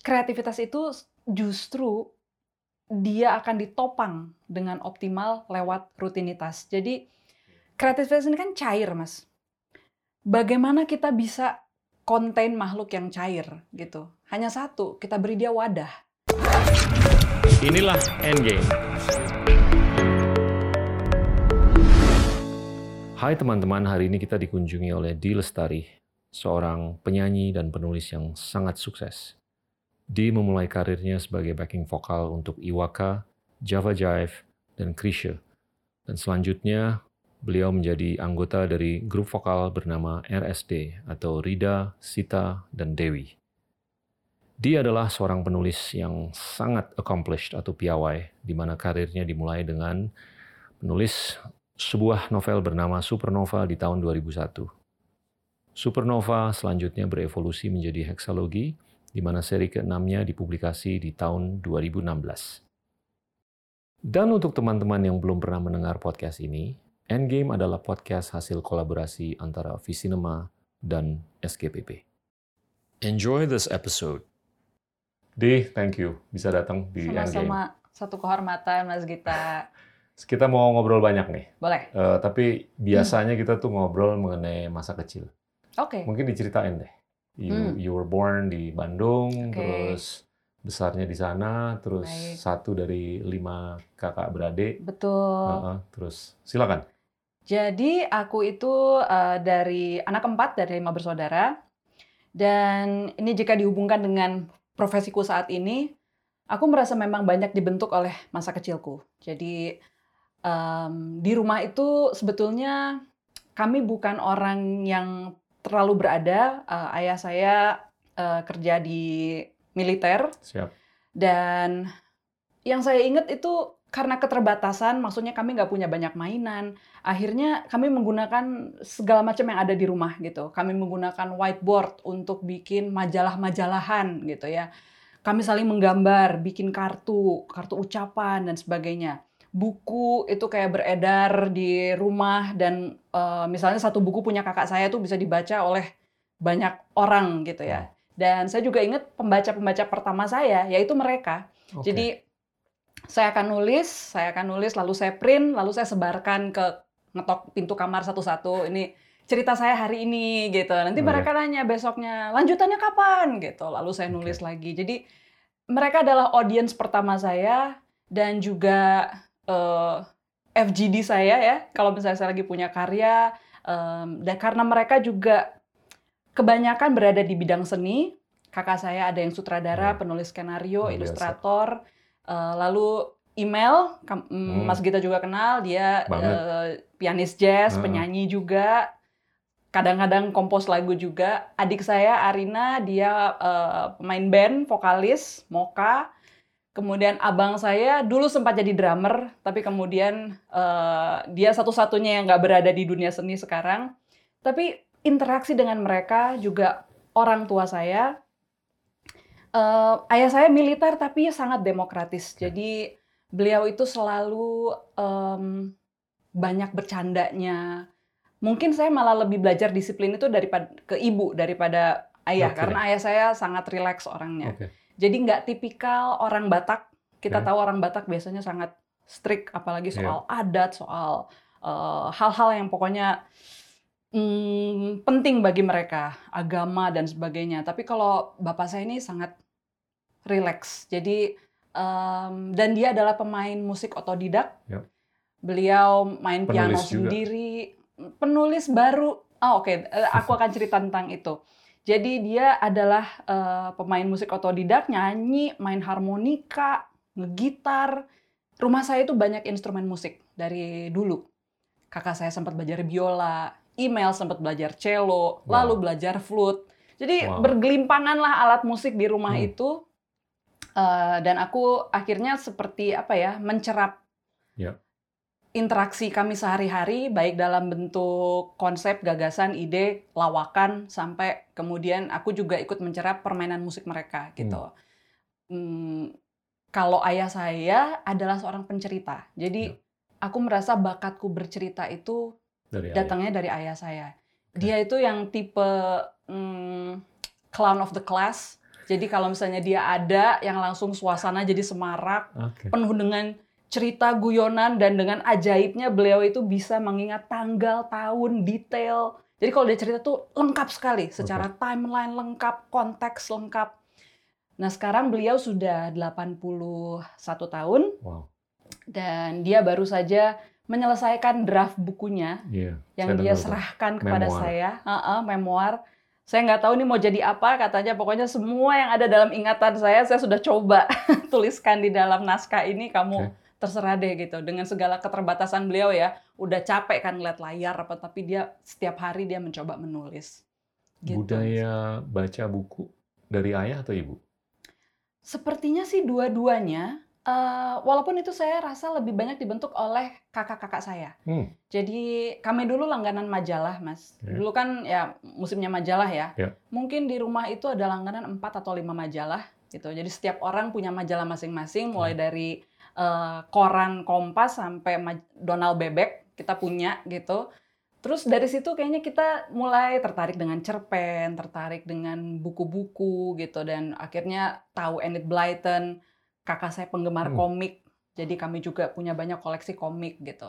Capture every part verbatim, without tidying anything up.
kreativitas itu justru dia akan ditopang dengan optimal lewat rutinitas. Jadi kreativitas ini kan cair, Mas. Bagaimana kita bisa contain makhluk yang cair gitu? Hanya satu, kita beri dia wadah. Inilah Endgame. Hai teman-teman, hari ini kita dikunjungi oleh Dee Lestari, seorang penyanyi dan penulis yang sangat sukses. Dee memulai karirnya sebagai backing vokal untuk Iwaka, Java Jive, dan Chrisye. Dan selanjutnya, beliau menjadi anggota dari grup vokal bernama R S D atau Rida, Sita, dan Dewi. Dee adalah seorang penulis yang sangat accomplished atau piawai, di mana karirnya dimulai dengan menulis sebuah novel bernama Supernova di tahun dua ribu satu. Supernova selanjutnya berevolusi menjadi Hexalogy, di mana seri keenamnya dipublikasi di tahun dua ribu enam belas. Dan untuk teman-teman yang belum pernah mendengar podcast ini, Endgame adalah podcast hasil kolaborasi antara Visinema dan S G P P. Enjoy this episode. Dee, thank you bisa datang di Endgame. Sama-sama, satu kehormatan Mas Gita. Kita mau ngobrol banyak nih. Boleh. Uh, tapi biasanya kita tuh ngobrol mengenai masa kecil. Oke. Okay. Mungkin diceritain deh. You, hmm. you were born di Bandung, okay. Terus besarnya di sana, terus Baik. satu dari lima kakak beradik. Betul. Uh-uh, terus silakan. Jadi aku itu uh, dari anak keempat dari lima bersaudara, dan ini jika dihubungkan dengan profesiku saat ini, aku merasa memang banyak dibentuk oleh masa kecilku. Jadi um, di rumah itu sebetulnya kami bukan orang yang terlalu berada. Uh, ayah saya uh, kerja di militer. Siap. Dan yang saya ingat itu karena keterbatasan, maksudnya kami nggak punya banyak mainan. Akhirnya kami menggunakan segala macam yang ada di rumah gitu. Kami menggunakan whiteboard untuk bikin majalah-majalahan gitu ya. Kami saling menggambar, bikin kartu, kartu ucapan dan sebagainya. Buku itu kayak beredar di rumah dan uh, misalnya satu buku punya kakak saya tuh bisa dibaca oleh banyak orang gitu ya. Dan saya juga ingat pembaca-pembaca pertama saya yaitu mereka. Okay. Jadi saya akan nulis, saya akan nulis lalu saya print, lalu saya sebarkan ke ngetok pintu kamar satu-satu. Ini cerita saya hari ini gitu. Nanti oh, mereka ya. nanya besoknya lanjutannya kapan gitu. Lalu saya nulis okay. lagi. Jadi mereka adalah audiens pertama saya dan juga Uh, F G D saya ya, kalau misalnya saya lagi punya karya, um, dan karena mereka juga kebanyakan berada di bidang seni, kakak saya ada yang sutradara, hmm. penulis skenario, oh, ilustrator, uh, lalu email, hmm. Mas Gita juga kenal, dia uh, pianis jazz, hmm. penyanyi juga, kadang-kadang kompos lagu juga. Adik saya Arina, dia uh, pemain band, vokalis, Moka. Kemudian abang saya dulu sempat jadi drummer, tapi kemudian uh, dia satu-satunya yang nggak berada di dunia seni sekarang. Tapi interaksi dengan mereka juga orang tua saya. Uh, ayah saya militer tapi sangat demokratis. Jadi beliau itu selalu um, banyak bercandanya. Mungkin saya malah lebih belajar disiplin itu daripada ke ibu daripada ayah, okay. Karena ayah saya sangat rileks orangnya. Okay. Jadi nggak tipikal orang Batak. Kita yeah. tahu orang Batak biasanya sangat strict, apalagi soal yeah. adat, soal uh, hal-hal yang pokoknya hmm, penting bagi mereka, agama dan sebagainya. Tapi kalau bapak saya ini sangat rileks. Jadi um, dan dia adalah pemain musik otodidak. Yeah. Beliau main piano penulis sendiri, juga. Penulis baru. Oh, oke, okay. Aku akan cerita tentang itu. Jadi dia adalah uh, pemain musik otodidak, nyanyi, main harmonika, ngegitar. Rumah saya itu banyak instrumen musik dari dulu. Kakak saya sempat belajar biola, email sempat belajar cello, wow. lalu belajar flute. Jadi wow. bergelimpanganlah alat musik di rumah hmm. itu. Uh, dan aku akhirnya seperti apa ya, mencerap yeah. interaksi kami sehari-hari, baik dalam bentuk konsep, gagasan, ide, lawakan, sampai kemudian aku juga ikut mencerap permainan musik mereka gitu. Hmm. Hmm, kalau ayah saya adalah seorang pencerita, jadi ya. Aku merasa bakatku bercerita itu dari datangnya ayah. dari ayah saya. Okay. Dia itu yang tipe hmm, clown of the class. Jadi kalau misalnya dia ada, yang langsung suasana jadi semarak, Oke. penuh dengan cerita guyonan, dan dengan ajaibnya beliau itu bisa mengingat tanggal, tahun, detail. Jadi kalau dia cerita tuh lengkap sekali, secara timeline lengkap, konteks lengkap. Nah sekarang beliau sudah delapan puluh satu tahun, Wow. dan dia baru saja menyelesaikan draft bukunya Iya, yang saya dia dengar tuh. serahkan kepada Memoir. saya, uh-uh, memoir. Saya nggak tahu ini mau jadi apa, katanya pokoknya semua yang ada dalam ingatan saya, saya sudah coba tuliskan di dalam naskah ini, kamu Oke. terserah deh gitu. Dengan segala keterbatasan beliau ya, udah capek kan ngeliat layar apa, tapi dia setiap hari dia mencoba menulis. Gitu. Budaya baca buku dari ayah atau ibu? Sepertinya sih dua-duanya. Uh, walaupun itu saya rasa lebih banyak dibentuk oleh kakak-kakak saya. Hmm. Jadi kami dulu langganan majalah, Mas. Ya. Dulu kan ya musimnya majalah ya. Ya. Mungkin di rumah itu ada langganan empat atau lima majalah gitu. Jadi setiap orang punya majalah masing-masing, mulai dari uh, koran Kompas sampai maj- Donald Bebek kita punya gitu. Terus dari situ kayaknya kita mulai tertarik dengan cerpen, tertarik dengan buku-buku gitu, dan akhirnya tahu Enid Blyton, kakak saya penggemar Hmm. komik, jadi kami juga punya banyak koleksi komik gitu.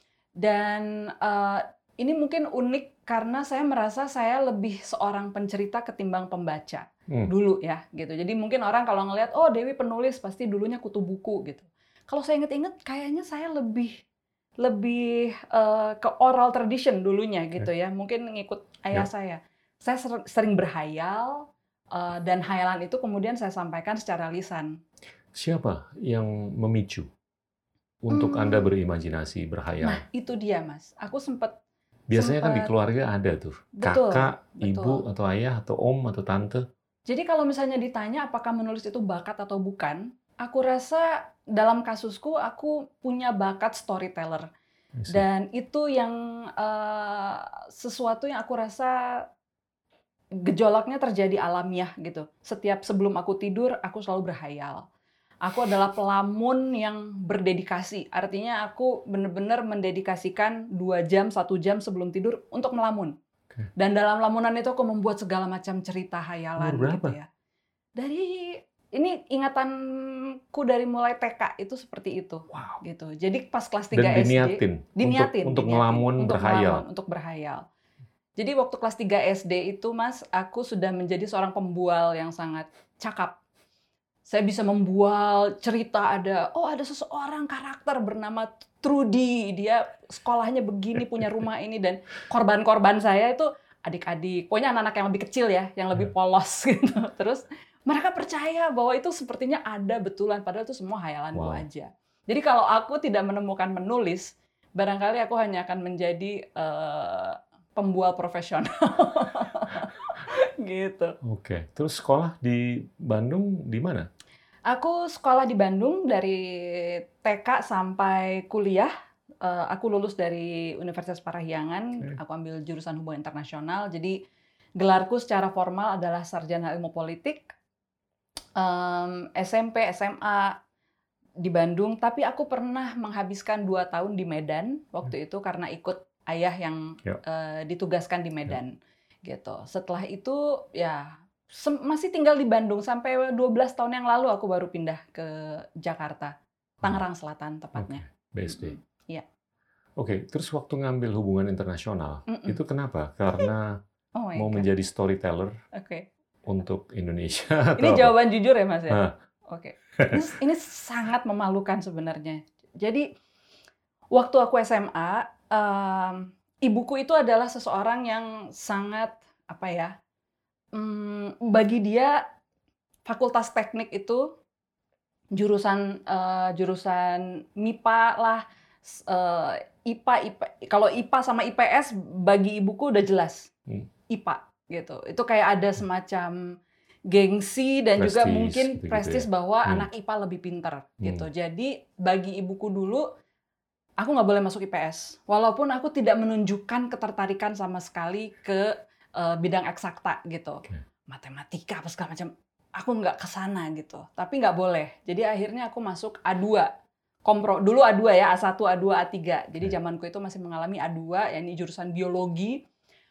Dan uh, ini mungkin unik karena saya merasa saya lebih seorang pencerita ketimbang pembaca Hmm. dulu ya gitu. Jadi mungkin orang kalau ngelihat oh Dewi penulis pasti dulunya kutu buku gitu. Kalau saya inget-inget kayaknya saya lebih lebih uh, ke oral tradition dulunya gitu ya. Mungkin ngikut ayah Ya. saya. Saya ser- sering berhayal uh, dan hayalan itu kemudian saya sampaikan secara lisan. Siapa yang memicu untuk Hmm. Anda berimajinasi, berhayal? Nah, itu dia, Mas. Aku sempat Biasanya kan di sempat- keluarga ada tuh, Betul, kakak, betul. ibu, atau ayah, atau om, atau tante. Jadi kalau misalnya ditanya apakah menulis itu bakat atau bukan, aku rasa dalam kasusku aku punya bakat storyteller. I see. Dan itu yang uh, sesuatu yang aku rasa gejolaknya terjadi alamiah gitu. Setiap sebelum aku tidur, aku selalu berhayal. Aku adalah pelamun yang berdedikasi. Artinya aku benar-benar mendedikasikan dua jam, satu jam sebelum tidur untuk melamun. Oke. Dan dalam lamunan itu aku membuat segala macam cerita hayalan Umur berapa? gitu ya. Dari ini ingatanku dari mulai T K itu seperti itu. Wow. Gitu. Jadi pas kelas tiga Dan S D diniatin, diniatin untuk, untuk diniatin, ngelamun, untuk berhayal. ngelamun, untuk berhayal. Jadi waktu kelas tiga S D itu, Mas, aku sudah menjadi seorang pembual yang sangat cakap. Saya bisa membual cerita, ada, oh ada seseorang karakter bernama Trudy, dia sekolahnya begini, punya rumah ini, dan korban-korban saya itu adik-adik, pokoknya anak-anak yang lebih kecil ya, yang lebih polos gitu. Terus mereka percaya bahwa itu sepertinya ada betulan, padahal itu semua hayalanku Wow. aja. Jadi kalau aku tidak menemukan menulis, barangkali aku hanya akan menjadi uh, pembual profesional. Gitu. Oke, terus sekolah di Bandung di mana? Aku sekolah di Bandung dari T K sampai kuliah. Uh, aku lulus dari Universitas Parahyangan. Oke. Aku ambil jurusan hubungan internasional. Jadi gelarku secara formal adalah sarjana ilmu politik. Um, S M P, S M A di Bandung. Tapi aku pernah menghabiskan dua tahun di Medan waktu itu karena ikut ayah yang Ya. uh, ditugaskan di Medan. Gitu. Setelah itu ya sem- masih tinggal di Bandung sampai dua belas tahun yang lalu aku baru pindah ke Jakarta, Tangerang Selatan tepatnya. B S D. Iya. Oke, terus waktu ngambil hubungan internasional, Mm-mm. itu kenapa? Karena Oh my mau God. menjadi storyteller Oke. untuk Indonesia Ini atau apa? jawaban jujur ya, Mas ya? Hah. Oke. Ini, ini sangat memalukan sebenarnya. Jadi waktu aku S M A, em, ibuku itu adalah seseorang yang sangat apa ya? Hmm, bagi dia fakultas teknik itu jurusan eh, jurusan M I P A lah, s- eh, I P A, I P A. Kalau I P A sama I P S bagi ibuku udah jelas Hmm. I P A gitu. Itu kayak ada semacam gengsi dan juga Prestis, mungkin gitu-gitu prestis ya. bahwa Hmm. anak I P A lebih pinter gitu. Hmm. Jadi bagi ibuku dulu aku nggak boleh masuk I P S, walaupun aku tidak menunjukkan ketertarikan sama sekali ke uh, bidang eksakta gitu, Oke. matematika apa segala macam. Aku nggak kesana gitu, tapi nggak boleh. Jadi akhirnya aku masuk A dua, kompro. Dulu A dua ya, A satu, A dua, A tiga. Jadi Oke. zamanku itu masih mengalami A dua, yakni jurusan biologi.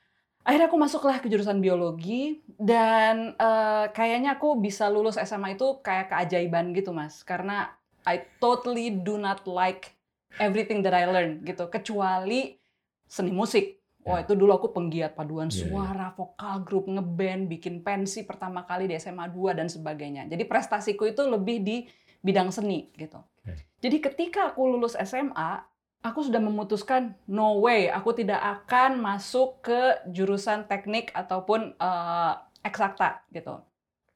Akhirnya aku masuklah ke jurusan biologi dan uh, kayaknya aku bisa lulus S M A itu kayak keajaiban gitu, Mas. Karena I totally do not like everything that I learned gitu, kecuali seni musik. Wah, Ya. itu dulu aku penggiat paduan Iya, iya. suara, vokal, grup ngeband, bikin pensi pertama kali di S M A dua dan sebagainya. Jadi prestasiku itu lebih di bidang seni gitu. Oke. Jadi ketika aku lulus S M A, aku sudah memutuskan no way, aku tidak akan masuk ke jurusan teknik ataupun eh, eksakta gitu.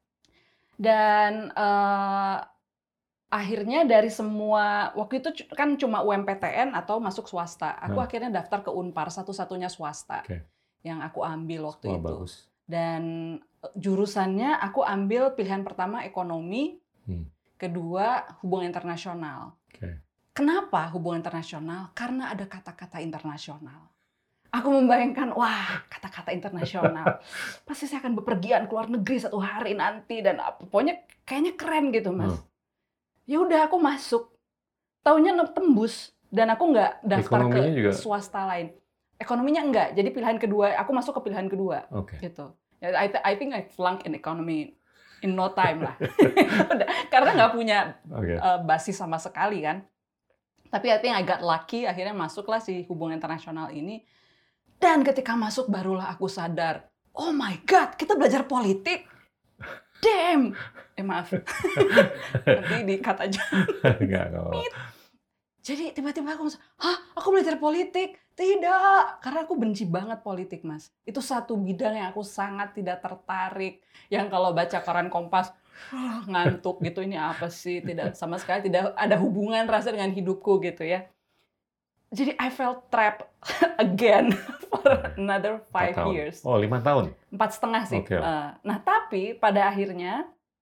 Dan eh, akhirnya dari semua, waktu itu cu- kan cuma U M P T N atau masuk swasta. Aku Nah, akhirnya daftar ke Unpar, satu-satunya swasta oke. yang aku ambil waktu Wah, itu. bagus. Dan eh, jurusannya aku ambil pilihan pertama ekonomi, Hmm, kedua hubungan internasional. Oke. Kenapa hubungan internasional? Karena ada kata-kata internasional. Aku membayangkan, wah, kata-kata internasional. Pasti saya akan bepergian ke luar negeri satu hari nanti dan apa. Pokoknya kayaknya keren gitu, Mas. Hmm. Ya udah aku masuk. Taunya tembus dan aku nggak daftar ke Ekonominya juga. swasta lain. Ekonominya enggak. Jadi pilihan kedua, aku masuk ke pilihan kedua Oke. gitu. Ya, I, I think I flunk in economy in no time lah. Udah, karena nggak punya Oke. uh, basis sama sekali kan. Tapi I think I got lucky, akhirnya masuklah si hubungan internasional ini. Dan ketika masuk barulah aku sadar, oh my God, kita belajar politik. Damn. Eh maaf, nanti di-cut aja. Enggak, enggak apa-apa. Jadi tiba-tiba aku masuk, hah, aku belajar politik? Tidak, karena aku benci banget politik, Mas. Itu satu bidang yang aku sangat tidak tertarik. Yang kalau baca koran Kompas, ah, ngantuk gitu, ini apa sih? Tidak, sama sekali tidak ada hubungan rasa dengan hidupku gitu ya. Jadi I felt trapped again for another Empat five tahun. years. Oh, lima tahun. Empat setengah sih. Oke. Eh, Nah, tapi pada akhirnya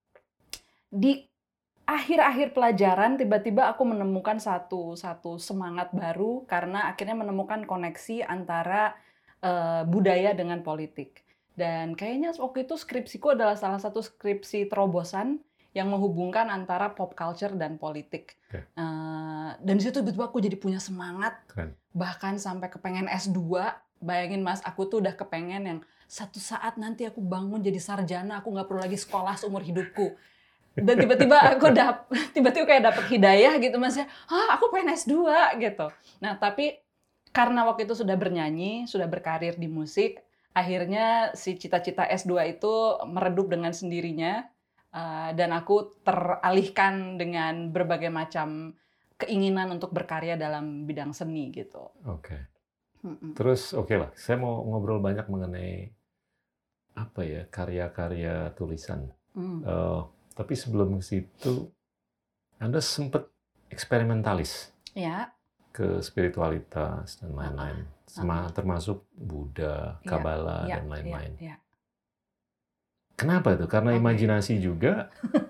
di akhir-akhir pelajaran tiba-tiba aku menemukan satu satu semangat baru karena akhirnya menemukan koneksi antara eh, budaya dengan politik. Dan kayaknya waktu itu skripsiku adalah salah satu skripsi terobosan yang menghubungkan antara pop culture dan politik. Oke. Eh, dan di situ tiba-tiba aku jadi punya semangat, Keren. bahkan sampai kepengen S dua. Bayangin Mas, aku tuh udah kepengen yang satu saat nanti aku bangun jadi sarjana, aku nggak perlu lagi sekolah seumur hidupku. Dan tiba-tiba aku dap, tiba-tiba kayak dapet hidayah gitu Mas ya, ah aku pengen S dua gitu. Nah tapi karena waktu itu sudah bernyanyi, sudah berkarir di musik, akhirnya si cita-cita S dua itu meredup dengan sendirinya. Uh, dan aku teralihkan dengan berbagai macam keinginan untuk berkarya dalam bidang seni gitu. Oke. Mm-mm. Terus oke lah, saya mau ngobrol banyak mengenai apa ya karya-karya tulisan. Mm. Eh, tapi sebelum ke situ, Anda sempat eksperimentalis Ya, ke spiritualitas dan lain-lain, Sema- termasuk Buddha, Iya, Kabbalah ya, dan lain-lain. ya, ya. Kenapa itu? Karena Oke. imajinasi juga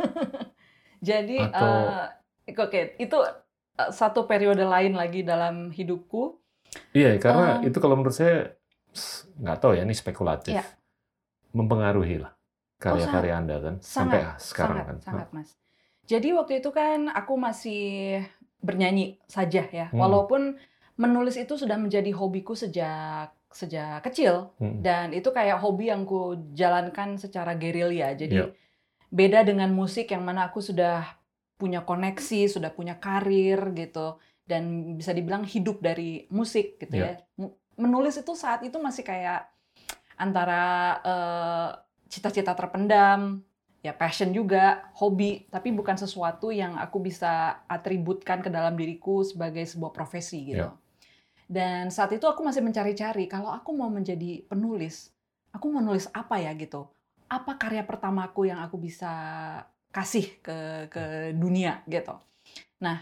Jadi, atau eh, oke, itu eh, satu periode lain lagi dalam hidupku. iya karena Em, itu kalau menurut saya s- nggak tahu ya ini spekulatif, Iya. mempengaruhi lah karya-karya Anda kan sampai sangat, sekarang sangat, kan. sangat, Mas. Jadi waktu itu kan aku masih bernyanyi saja ya, Hmm. walaupun menulis itu sudah menjadi hobiku sejak sejak kecil. Hmm. Dan itu kayak hobi yang ku jalankan secara gerilya. Jadi Iya. beda dengan musik yang mana aku sudah punya koneksi, sudah punya karir gitu, dan bisa dibilang hidup dari musik gitu Iya. ya. M- Menulis itu saat itu masih kayak antara eh, cita-cita terpendam, ya passion juga, hobi, tapi bukan sesuatu yang aku bisa atributkan ke dalam diriku sebagai sebuah profesi gitu. Iya. Dan saat itu aku masih mencari-cari, kalau aku mau menjadi penulis, aku mau nulis apa ya gitu. Apa karya pertamaku yang aku bisa kasih ke ke dunia gitu. Nah,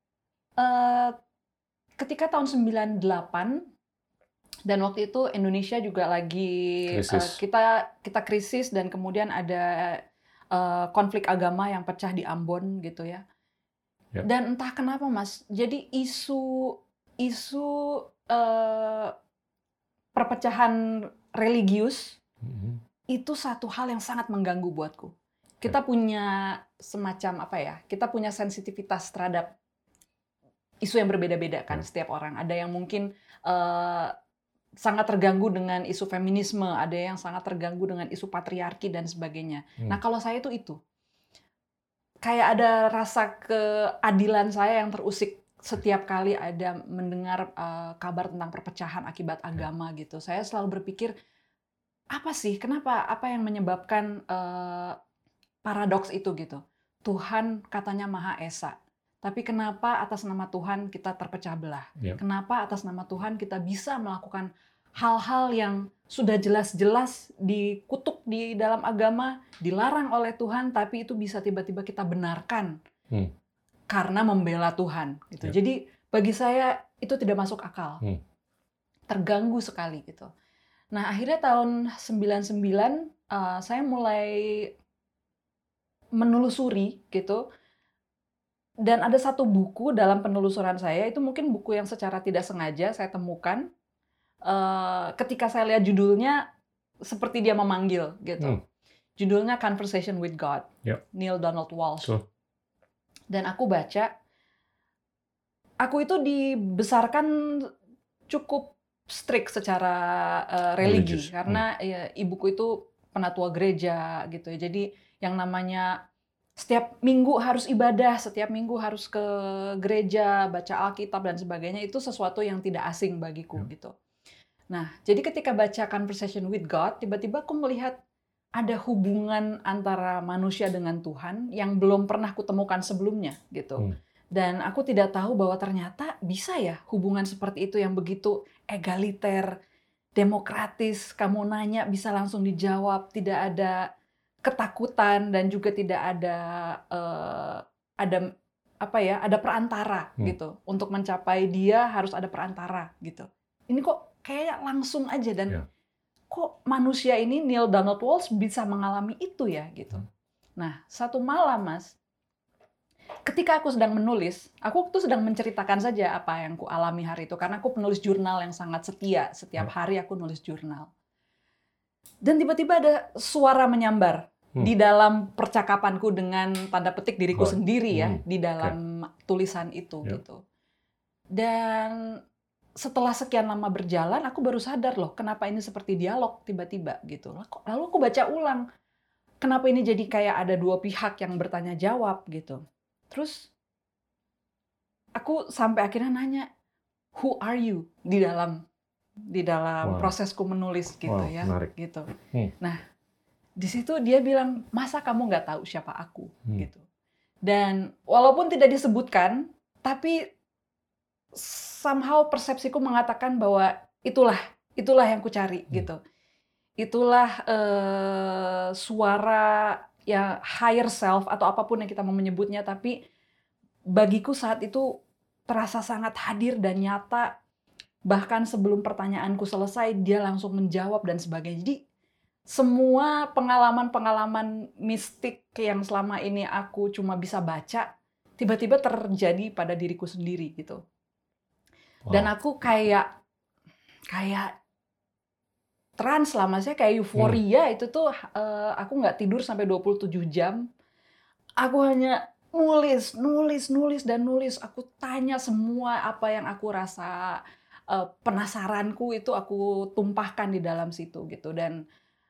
eh, ketika tahun sembilan delapan dan waktu itu Indonesia juga lagi eh, Krisis. kita kita krisis dan kemudian ada eh, konflik agama yang pecah di Ambon gitu ya. Ya. Dan entah kenapa Mas, jadi isu isu eh, perpecahan religius Mhm. itu satu hal yang sangat mengganggu buatku. Kita punya semacam apa ya? Kita punya sensitivitas terhadap isu yang berbeda-beda kan Ya. setiap orang. Ada yang mungkin eh, sangat terganggu dengan isu feminisme, ada yang sangat terganggu dengan isu patriarki dan sebagainya. Hmm. Nah, kalau saya itu itu. Kayak ada rasa keadilan saya yang terusik setiap kali ada mendengar uh, kabar tentang perpecahan akibat agama gitu. Saya selalu berpikir, apa sih, kenapa, apa yang menyebabkan uh, paradoks itu gitu. Tuhan katanya Maha Esa, tapi kenapa atas nama Tuhan kita terpecah belah? Yep. Kenapa atas nama Tuhan kita bisa melakukan hal-hal yang sudah jelas-jelas dikutuk di dalam agama, dilarang oleh Tuhan, tapi itu bisa tiba-tiba kita benarkan hmm. karena membela Tuhan. Gitu. Yep. Jadi bagi saya itu tidak masuk akal, hmm. terganggu sekali gitu. Nah akhirnya tahun sembilan puluh sembilan uh, saya mulai menelusuri gitu, dan ada satu buku dalam penelusuran saya, itu mungkin buku yang secara tidak sengaja saya temukan. Uh, ketika saya lihat judulnya, seperti dia memanggil gitu. Hmm. Judulnya Conversation with God, yep. Neale Donald Walsch. Cool. Dan aku baca, aku itu dibesarkan cukup strict secara uh, religi, Religious. Karena hmm. ya, ibuku itu penatua gereja gitu ya. Jadi yang namanya setiap minggu harus ibadah, setiap minggu harus ke gereja, baca Alkitab dan sebagainya, itu sesuatu yang tidak asing bagiku yep. gitu. Nah, jadi ketika baca Conversation with God, tiba-tiba aku melihat ada hubungan antara manusia dengan Tuhan yang belum pernah kutemukan sebelumnya, gitu. Hmm. Dan aku tidak tahu bahwa ternyata bisa ya hubungan seperti itu yang begitu egaliter, demokratis, kamu nanya bisa langsung dijawab, tidak ada ketakutan dan juga tidak ada uh, ada apa ya, ada perantara hmm. gitu. Untuk mencapai dia harus ada perantara gitu. Ini kok kayak langsung aja dan yeah. kok manusia ini Neale Donald Walsch bisa mengalami itu ya gitu. Nah, satu malam Mas, ketika aku sedang menulis, aku tuh sedang menceritakan saja apa yang aku alami hari itu karena aku penulis jurnal yang sangat setia, setiap hari aku nulis jurnal. Dan tiba-tiba ada suara menyambar hmm. di dalam percakapanku dengan tanda petik diriku God. sendiri ya hmm. di dalam okay. tulisan itu yep. gitu. Dan setelah sekian lama berjalan, aku baru sadar loh, kenapa ini seperti dialog tiba-tiba gitu. Lalu aku baca ulang, kenapa ini jadi kayak ada dua pihak yang bertanya jawab gitu. Terus aku sampai akhirnya nanya, who are you di dalam di dalam wow. prosesku menulis gitu wow, ya, menarik. gitu. Hmm. Nah, di situ dia bilang, masa kamu nggak tahu siapa aku hmm. gitu. Dan walaupun tidak disebutkan, tapi somehow persepsiku mengatakan bahwa itulah itulah yang ku cari hmm. gitu. Itulah uh, suara ya higher self atau apapun yang kita mau menyebutnya, tapi bagiku saat itu terasa sangat hadir dan nyata. Bahkan sebelum pertanyaanku selesai dia langsung menjawab dan sebagainya. Jadi semua pengalaman-pengalaman mistik yang selama ini aku cuma bisa baca tiba-tiba terjadi pada diriku sendiri gitu. Wow. Dan aku kayak kayak trans lah, maksudnya kayak euforia hmm. itu tuh uh, aku nggak tidur sampai dua puluh tujuh jam. Aku hanya nulis, nulis, nulis dan nulis. Aku tanya semua apa yang aku rasa uh, penasaranku itu aku tumpahkan di dalam situ gitu. Dan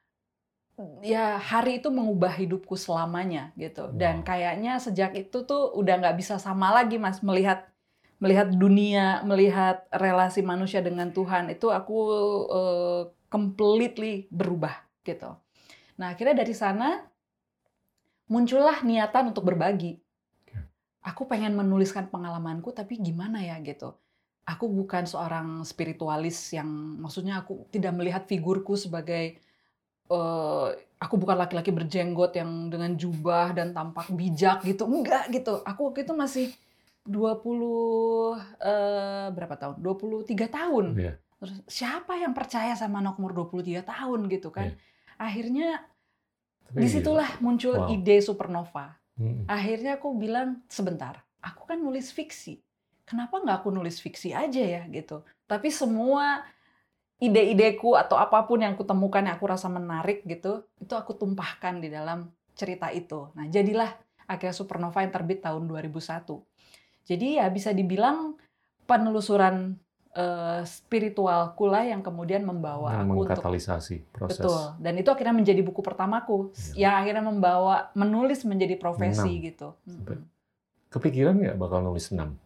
ya hari itu mengubah hidupku selamanya gitu. Wow. Dan kayaknya sejak itu tuh udah nggak bisa sama lagi Mas melihat melihat dunia, melihat relasi manusia dengan Tuhan itu aku uh, completely berubah gitu. Nah akhirnya dari sana muncullah niatan untuk berbagi. Aku pengen menuliskan pengalamanku tapi gimana ya gitu. Aku bukan seorang spiritualis yang maksudnya aku tidak melihat figurku sebagai uh, aku bukan laki-laki berjenggot yang dengan jubah dan tampak bijak gitu. Enggak gitu. Aku waktu itu masih dua puluh uh, berapa tahun? dua puluh tiga tahun. Yeah. Terus siapa yang percaya sama anak umur dua puluh tiga tahun gitu kan? Yeah. Akhirnya Tapi disitulah gitu. muncul wow. ide Supernova. Hmm. Akhirnya aku bilang sebentar, aku kan nulis fiksi. Kenapa nggak aku nulis fiksi aja ya gitu? Tapi semua ide-ideku atau apapun yang kutemukan yang aku rasa menarik gitu, itu aku tumpahkan di dalam cerita itu. Nah jadilah akhirnya Supernova yang terbit tahun dua ribu satu. Jadi ya bisa dibilang penelusuran uh, spiritualku lah yang kemudian membawa yang aku untuk mengkatalisasi proses. betul. Dan itu akhirnya menjadi buku pertamaku Ya. yang akhirnya membawa menulis menjadi profesi Enam. gitu. Sampai Mm-mm. kepikiran nggak bakal nulis enam?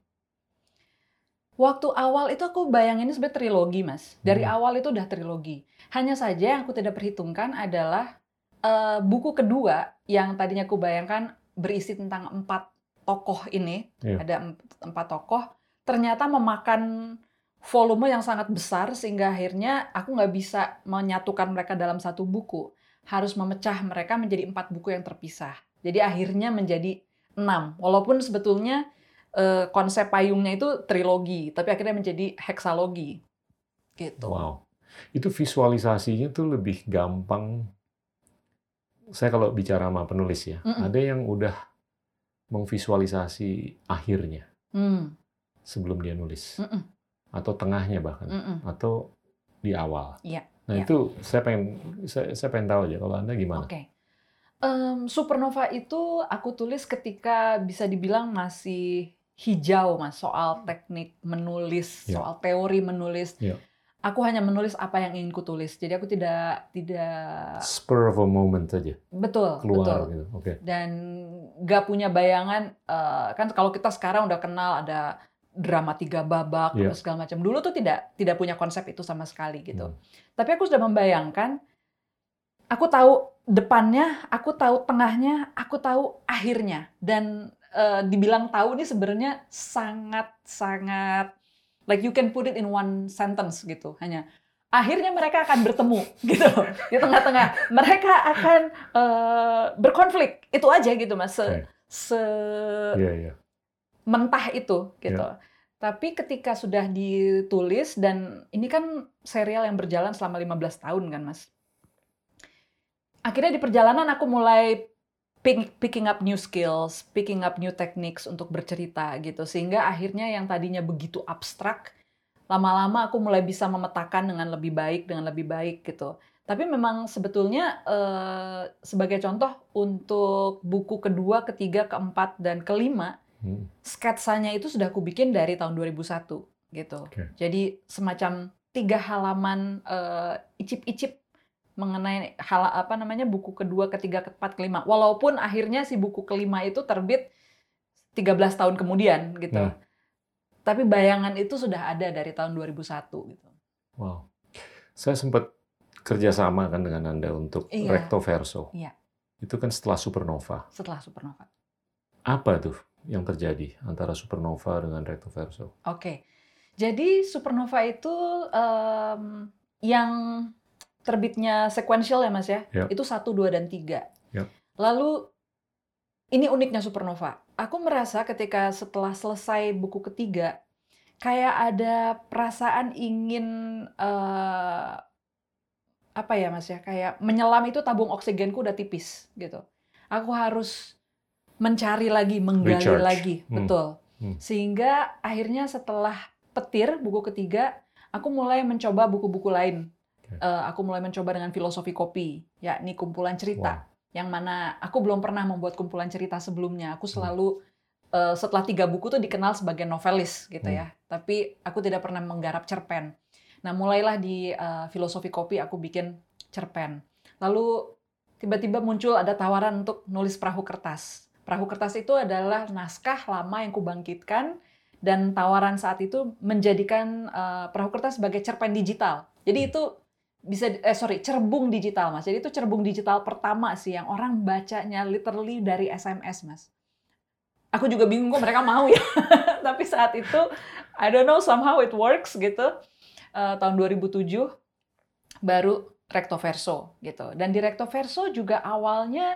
Waktu awal itu aku bayanginnya sebenarnya trilogi, Mas. Dari Hmm. awal itu udah trilogi. Hanya saja yang aku tidak perhitungkan adalah uh, buku kedua yang tadinya aku bayangkan berisi tentang empat tokoh ini. Iya. Ada em- empat tokoh. Ternyata memakan volume yang sangat besar sehingga akhirnya aku nggak bisa menyatukan mereka dalam satu buku. Harus memecah mereka menjadi empat buku yang terpisah. Jadi akhirnya menjadi enam. Walaupun sebetulnya eh, konsep payungnya itu trilogi, tapi akhirnya menjadi heksalogi. Gitu. Wow. Itu visualisasinya tuh lebih gampang. Saya kalau bicara sama penulis ya, Mm-mm. ada yang udah memvisualisasi akhirnya Hmm. sebelum dia nulis. Mm-mm. Atau tengahnya bahkan. Mm-mm. Atau di awal. Iya. Nah iya. itu saya pengen saya, saya pengen tahu aja kalau Anda gimana. Oke. Em, Supernova itu aku tulis ketika bisa dibilang masih hijau, Mas, soal teknik menulis, Ya. soal teori menulis. Ya. Aku hanya menulis apa yang ingin kutulis. Jadi aku tidak tidak Spur of a moment aja betul, keluar betul. gitu. Oke. Dan nggak punya bayangan, eh, kan kalau kita sekarang udah kenal ada drama tiga babak Iya. atau segala macam. Dulu tuh tidak tidak punya konsep itu sama sekali gitu. Hmm. Tapi aku sudah membayangkan, aku tahu depannya, aku tahu tengahnya, aku tahu akhirnya. Dan eh, dibilang tahu ini sebenarnya sangat-sangat, like you can put it in one sentence gitu. Hanya akhirnya mereka akan bertemu gitu di tengah-tengah. Mereka akan eh, berkonflik. Itu aja gitu, Mas. Se, Oke. se Iya, iya. mentah itu gitu. Tapi ketika sudah ditulis, dan ini kan serial yang berjalan selama lima belas tahun kan, Mas. Akhirnya di perjalanan aku mulai pick- picking up new skills, picking up new techniques untuk bercerita gitu. Sehingga akhirnya yang tadinya begitu abstrak, lama-lama aku mulai bisa memetakan dengan lebih baik, dengan lebih baik gitu. Tapi memang sebetulnya eh, sebagai contoh untuk buku kedua, ketiga, keempat, dan kelima, Hmm. sketsanya itu sudah aku bikin dari tahun dua ribu satu gitu. Oke. Jadi semacam tiga halaman eh, icip-icip mengenai hal apa namanya buku kedua, ketiga, keempat, kelima. Walaupun akhirnya si buku kelima itu terbit tiga belas tahun kemudian gitu. Hmm. Tapi bayangan itu sudah ada dari tahun dua ribu satu gitu. Wow. Saya sempat kerjasama kan dengan Anda untuk Iya. Recto Verso. Iya. Itu kan setelah Supernova. Setelah Supernova. Apa tuh yang terjadi antara Supernova dengan Recto Verso? Oke. Jadi Supernova itu em, yang terbitnya sequential ya, Mas ya. Ya. Itu satu, dua, dan tiga. Ya. Lalu ini uniknya Supernova. Aku merasa ketika setelah selesai buku ketiga, kayak ada perasaan ingin eh, apa ya, Mas ya, kayak menyelam itu tabung oksigenku udah tipis gitu. Aku harus mencari lagi, menggali Recharge. lagi, Hmm. betul. Hmm. Sehingga akhirnya setelah Petir buku ketiga, aku mulai mencoba buku-buku lain. Oke. Eh, aku mulai mencoba dengan filosofi kopi, yakni kumpulan cerita. Wow. Yang mana aku belum pernah membuat kumpulan cerita sebelumnya. Aku Hmm. selalu eh, setelah tiga buku tuh dikenal sebagai novelis gitu Hmm. ya. Tapi aku tidak pernah menggarap cerpen. Nah, mulailah di eh, filosofi kopi aku bikin cerpen. Lalu tiba-tiba muncul ada tawaran untuk nulis perahu kertas. Perahu kertas itu adalah naskah lama yang kubangkitkan, dan tawaran saat itu menjadikan eh, perahu kertas sebagai cerpen digital. Jadi itu bisa eh sorry cerbung digital, Mas. Jadi itu cerbung digital pertama sih yang orang bacanya literally dari S M S, Mas. Aku juga bingung kok mereka mau ya. Tapi saat itu I don't know, somehow it works gitu. Eh, tahun dua ribu tujuh baru Recto Verso gitu. Dan di Recto Verso juga awalnya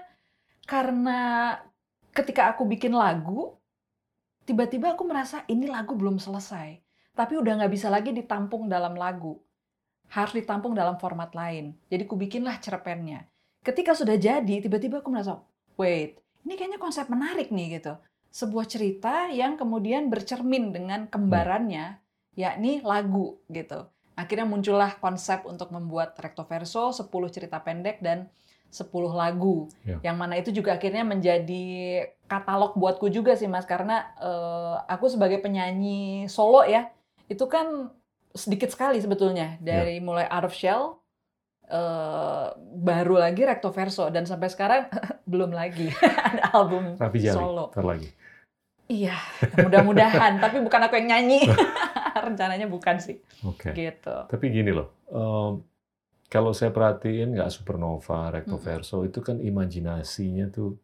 karena ketika aku bikin lagu, tiba-tiba aku merasa ini lagu belum selesai. Tapi udah nggak bisa lagi ditampung dalam lagu. Harus ditampung dalam format lain. Jadi aku bikinlah cerpennya. Ketika sudah jadi, tiba-tiba aku merasa, wait, ini kayaknya konsep menarik nih gitu. Sebuah cerita yang kemudian bercermin dengan kembarannya, yakni lagu gitu. Akhirnya muncullah konsep untuk membuat Recto Verso, sepuluh cerita pendek dan sepuluh lagu. Ya. Yang mana itu juga akhirnya menjadi katalog buatku juga sih, Mas. Karena eh, aku sebagai penyanyi solo ya, itu kan sedikit sekali sebetulnya. Dari mulai Out of Shell, uh, baru lagi Recto Verso, dan sampai sekarang belum lagi ada album Rapi Jali, solo. ntar lagi. Iya, mudah-mudahan. Tapi bukan aku yang nyanyi. Rencananya bukan sih. Oke. Gitu. Tapi gini loh, um, kalau saya perhatiin nggak Supernova, Recto Verso, itu kan imajinasinya tuh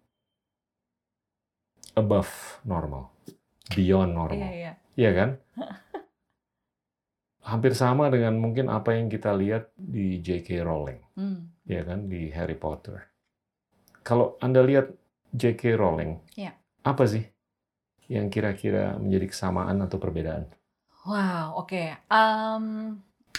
above normal, beyond normal. Iya, iya. Iya kan? Hampir sama dengan mungkin apa yang kita lihat di J K. Rowling, Hmm. ya kan, di Harry Potter. Kalau Anda lihat J K. Rowling, Iya. apa sih yang kira-kira menjadi kesamaan atau perbedaan? Wow, oke. Okay. Um,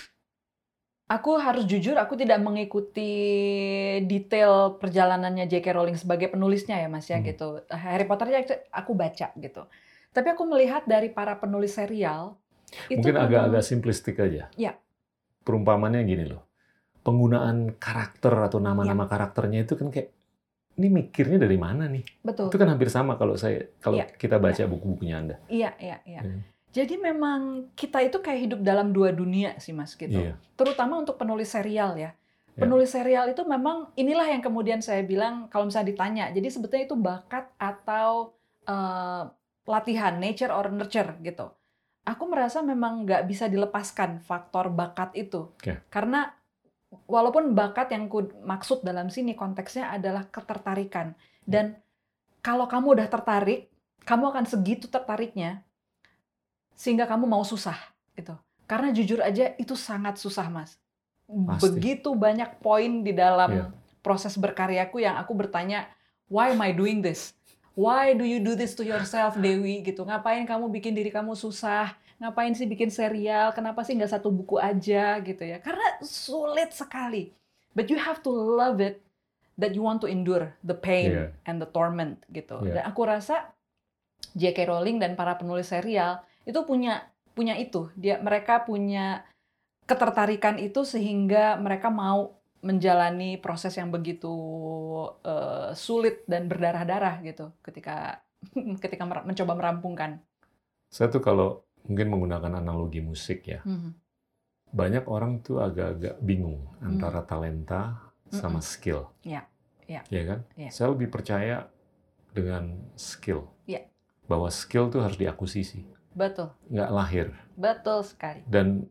aku harus jujur, aku tidak mengikuti detail perjalanannya J K. Rowling sebagai penulisnya ya, Mas ya, Hmm. gitu. Harry Potter aku baca gitu. Tapi aku melihat dari para penulis serial, itu mungkin memang- agak-agak simplistik aja. Ya. Perumpamannya gini loh, penggunaan karakter atau nama-nama karakternya itu kan kayak, ini mikirnya dari mana nih? Betul. Itu kan hampir sama kalau saya kalau Ya. kita baca buku-bukunya Anda. Iya, iya, iya. Ya. Jadi memang kita itu kayak hidup dalam dua dunia sih, Mas, gitu. Iya. Terutama untuk penulis serial ya. Ya. Penulis serial itu memang inilah yang kemudian saya bilang kalau misalnya ditanya, jadi sebetulnya itu bakat atau uh, latihan, nature or nurture gitu. Aku merasa memang nggak bisa dilepaskan faktor bakat itu. Oke. Karena walaupun bakat yang ku maksud dalam sini konteksnya adalah ketertarikan. Dan kalau kamu udah tertarik, kamu akan segitu tertariknya sehingga kamu mau susah gitu. Karena jujur aja itu sangat susah, Mas. Pasti. Begitu banyak poin di dalam Iya. proses berkaryaku yang aku bertanya, why am I doing this? Why do you do this to yourself, Dewi? Gitu. Ngapain kamu bikin diri kamu susah? Ngapain sih bikin serial? Kenapa sih nggak satu buku aja gitu ya? Karena sulit sekali. But you have to love it that you want to endure the pain Yeah. and the torment gitu. Yeah. Dan aku rasa J K. Rowling dan para penulis serial itu punya punya itu. Dia mereka punya ketertarikan itu sehingga mereka mau menjalani proses yang begitu uh, sulit dan berdarah-darah gitu ketika ketika mer- mencoba merampungkan. Saya tuh kalau mungkin menggunakan analogi musik ya, Hmm. banyak orang tuh agak-agak bingung antara talenta sama Mm-mm. skill. Ya, ya. Ya kan? Ya. Saya lebih percaya dengan skill. Ya. Bahwa skill tuh harus diakusisi, Betul, nggak lahir. betul sekali. Dan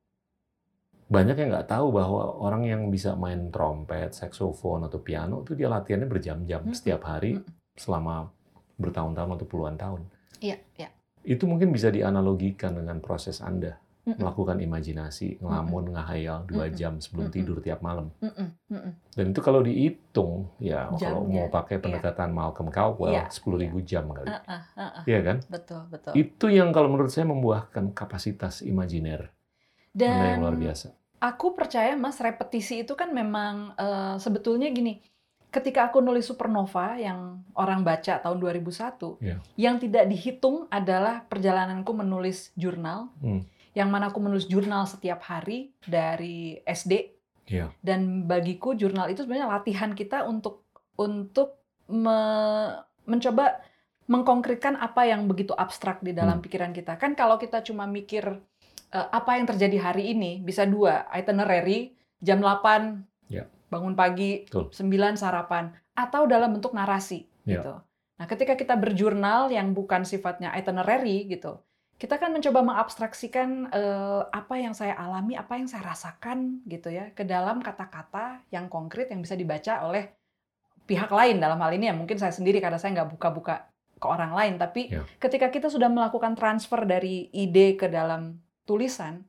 banyak yang nggak tahu bahwa orang yang bisa main trompet, saksofon, atau piano itu dia latihannya berjam-jam Mm-mm. setiap hari Mm-mm. selama bertahun-tahun atau puluhan tahun. Iya, iya. Itu mungkin bisa dianalogikan dengan proses Anda Mm-mm. melakukan imajinasi, ngelamun, ngahayal dua Mm-mm. jam sebelum Mm-mm. tidur tiap malam. Mm-mm. Mm-mm. Dan itu kalau dihitung, ya kalau Jamnya, mau pakai pendekatan Malcolm Caldwell, Iya, sepuluh ribu jam kali. Uh-uh, uh-uh. Iya kan? Betul, betul. Itu yang kalau menurut saya membuahkan kapasitas imajiner Anda yang Dan luar biasa. aku percaya, Mas, repetisi itu kan memang uh, sebetulnya gini. Ketika aku nulis Supernova yang orang baca tahun dua ribu satu, Iya. yang tidak dihitung adalah perjalananku menulis jurnal, Hmm. yang mana aku menulis jurnal setiap hari dari S D. Iya. Dan bagiku jurnal itu sebenarnya latihan kita untuk untuk me- mencoba mengkonkretkan apa yang begitu abstrak di dalam Hmm. pikiran kita. Kan kalau kita cuma mikir uh, apa yang terjadi hari ini, bisa dua, itinerary, jam delapan Ya. bangun pagi, Betul. sembilan sarapan, atau dalam bentuk narasi Ya. gitu. Nah, ketika kita berjurnal yang bukan sifatnya itinerary gitu, kita kan mencoba mengabstraksikan eh, apa yang saya alami, apa yang saya rasakan gitu ya, ke dalam kata-kata yang konkret yang bisa dibaca oleh pihak lain. Dalam hal ini ya mungkin saya sendiri karena saya nggak buka-buka ke orang lain. Tapi Ya. ketika kita sudah melakukan transfer dari ide ke dalam tulisan,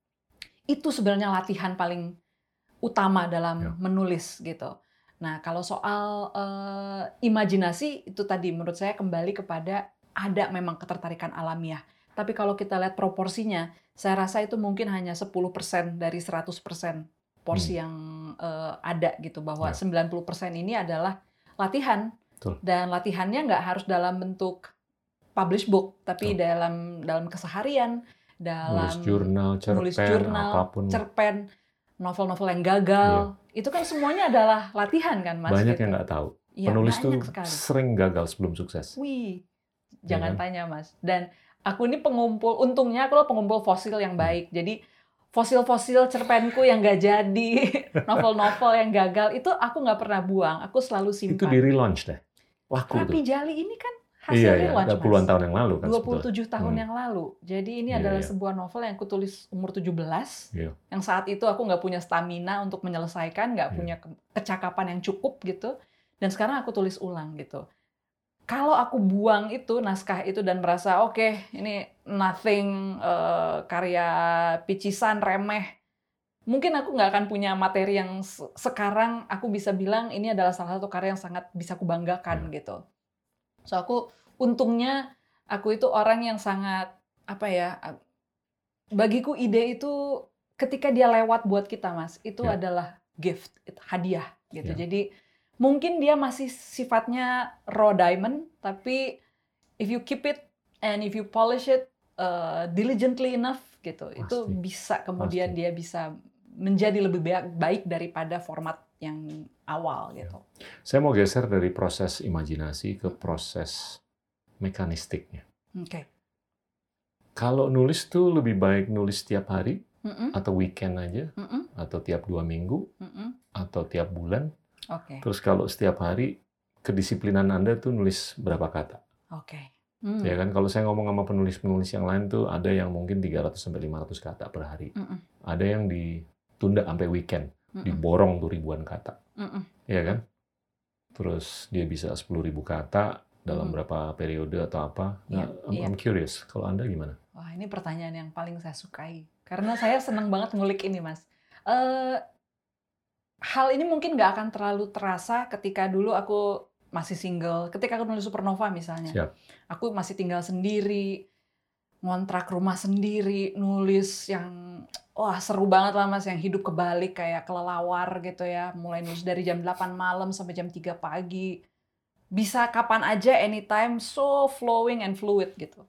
itu sebenarnya latihan paling utama dalam Ya. menulis gitu. Nah, kalau soal eh, imajinasi itu tadi menurut saya kembali kepada ada memang ketertarikan alamiah. Tapi kalau kita lihat proporsinya, saya rasa itu mungkin hanya sepuluh persen dari seratus persen porsi Hmm. yang eh, ada gitu, bahwa Ya. sembilan puluh persen ini adalah latihan. Betul. Dan latihannya nggak harus dalam bentuk publish book, tapi Betul. dalam dalam keseharian, dalam Nulis jurnal, nulis cerpen, jurnal, apapun. cerpen, novel-novel yang gagal, itu kan semuanya adalah latihan kan, Mas? Banyak gitu. yang nggak tahu. Iya, Penulis tuh banyak sekali. sering gagal sebelum sukses. Wih, Ya jangan kan? tanya, Mas. Dan aku ini pengumpul, untungnya aku adalah pengumpul fosil yang Hmm. baik. Jadi fosil-fosil cerpenku yang nggak jadi, novel-novel yang gagal, itu aku nggak pernah buang. Aku selalu simpan. Itu di relaunch deh. Laku Rapi tuh. Jali ini kan Iya, hasil iya. relaunch, Udah puluhan Mas. tahun yang lalu kan dua puluh sebetulnya. tujuh tahun Hmm. yang lalu. Jadi ini Iya, adalah iya. sebuah novel yang aku tulis umur tujuh belas. Iya. Yang saat itu aku nggak punya stamina untuk menyelesaikan, nggak Iya. punya ke- kecakapan yang cukup gitu. Dan sekarang aku tulis ulang gitu. Kalau aku buang itu, naskah itu, dan merasa, oke, ini nothing, eh, karya picisan, remeh, mungkin aku nggak akan punya materi yang se- sekarang aku bisa bilang ini adalah salah satu karya yang sangat bisa aku banggakan gitu. So aku untungnya aku itu orang yang sangat apa ya, bagiku ide itu ketika dia lewat buat kita, Mas, itu Ya. adalah gift, itu hadiah gitu. Ya. Jadi mungkin dia masih sifatnya raw diamond, tapi if you keep it and if you polish it uh, diligently enough gitu, itu Pasti. bisa kemudian Pasti. dia bisa menjadi lebih baik, baik daripada format yang awal gitu. Saya mau geser dari proses imajinasi ke proses mekanistiknya. Oke. Kalau nulis tuh lebih baik nulis tiap hari Mm-mm, atau weekend aja, mm-mm, atau tiap dua minggu, mm-mm. atau tiap bulan. Oke, Terus kalau setiap hari, kedisiplinan Anda tuh nulis berapa kata. oke. Hmm. Ya kan, kalau saya ngomong sama penulis-penulis yang lain tuh ada yang mungkin tiga ratus sampai lima ratus kata per hari. Mm-mm, Ada yang ditunda sampai weekend, mm-mm, diborong tuh ribuan kata. mm-mm. Ya kan? Terus dia bisa sepuluh ribu kata dalam Hmm. berapa periode atau apa. Nah, Iya, I'm, iya. I'm curious, kalau Anda gimana? Wah, ini pertanyaan yang paling saya sukai. Karena saya senang banget ngulik ini, Mas. Eh, hal ini mungkin nggak akan terlalu terasa ketika dulu aku masih single. Ketika aku nulis Supernova misalnya. Siap. Aku masih tinggal sendiri, ngontrak rumah sendiri, nulis yang wah seru banget lah, Mas, yang hidup kebalik kayak kelelawar gitu ya. Mulai nulis dari jam delapan malam sampai jam tiga pagi. Bisa kapan aja, anytime, so flowing and fluid gitu.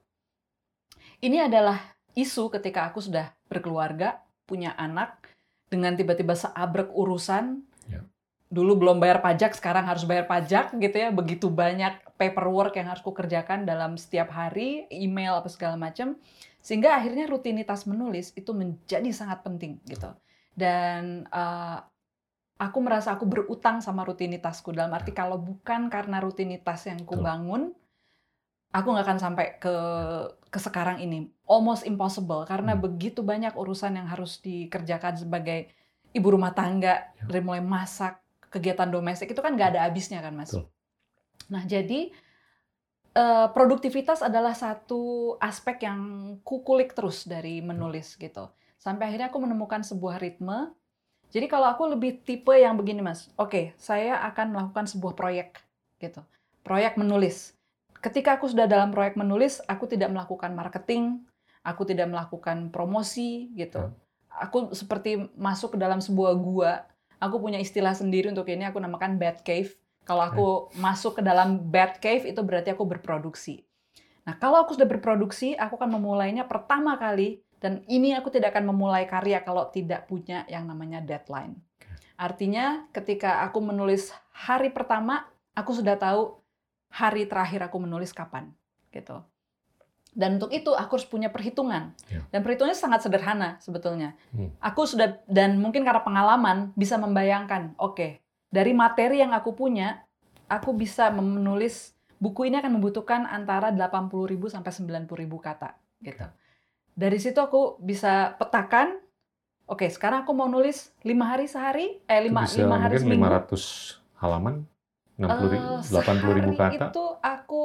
Ini adalah isu ketika aku sudah berkeluarga, punya anak, dengan tiba-tiba seabrek urusan. Ya. Dulu belum bayar pajak, sekarang harus bayar pajak gitu ya. Begitu banyak paperwork yang harus kukerjakan dalam setiap hari, email apa segala macam. Sehingga akhirnya rutinitas menulis itu menjadi sangat penting gitu. Dan uh, aku merasa aku berutang sama rutinitasku. Dalam arti kalau bukan karena rutinitas yang ku bangun, aku nggak akan sampai ke ke sekarang ini. Almost impossible karena Hmm. begitu banyak urusan yang harus dikerjakan sebagai ibu rumah tangga, Ya. dari mulai masak, kegiatan domestik itu kan nggak ada habisnya kan, Mas. Betul. Nah, jadi eh, produktivitas adalah satu aspek yang kukulik terus dari menulis gitu. Sampai akhirnya aku menemukan sebuah ritme. Jadi kalau aku lebih tipe yang begini, Mas. Oke, saya akan melakukan sebuah proyek gitu. Proyek menulis. Ketika aku sudah dalam proyek menulis, aku tidak melakukan marketing, aku tidak melakukan promosi gitu. Ya. Aku seperti masuk ke dalam sebuah gua. Aku punya istilah sendiri untuk ini, aku namakan bat cave. Kalau aku masuk ke dalam bat cave, itu berarti aku berproduksi. Nah, kalau aku sudah berproduksi, aku akan memulainya pertama kali, dan ini aku tidak akan memulai karya kalau tidak punya yang namanya deadline. Artinya, ketika aku menulis hari pertama, aku sudah tahu hari terakhir aku menulis kapan, gitu. Dan untuk itu aku harus punya perhitungan. Ya. Dan perhitungannya sangat sederhana sebetulnya. Hmm. Aku sudah, dan mungkin karena pengalaman, bisa membayangkan, oke, dari materi yang aku punya, aku bisa menulis, buku ini akan membutuhkan antara delapan puluh ribu sampai sembilan puluh ribu kata. Gitu. Dari situ aku bisa petakan, oke, sekarang aku mau nulis lima hari sehari, eh Itu lima, bisa lima hari mungkin seminggu. lima ratus halaman, enam puluh ribu, Eh, delapan puluh ribu sehari kata. itu aku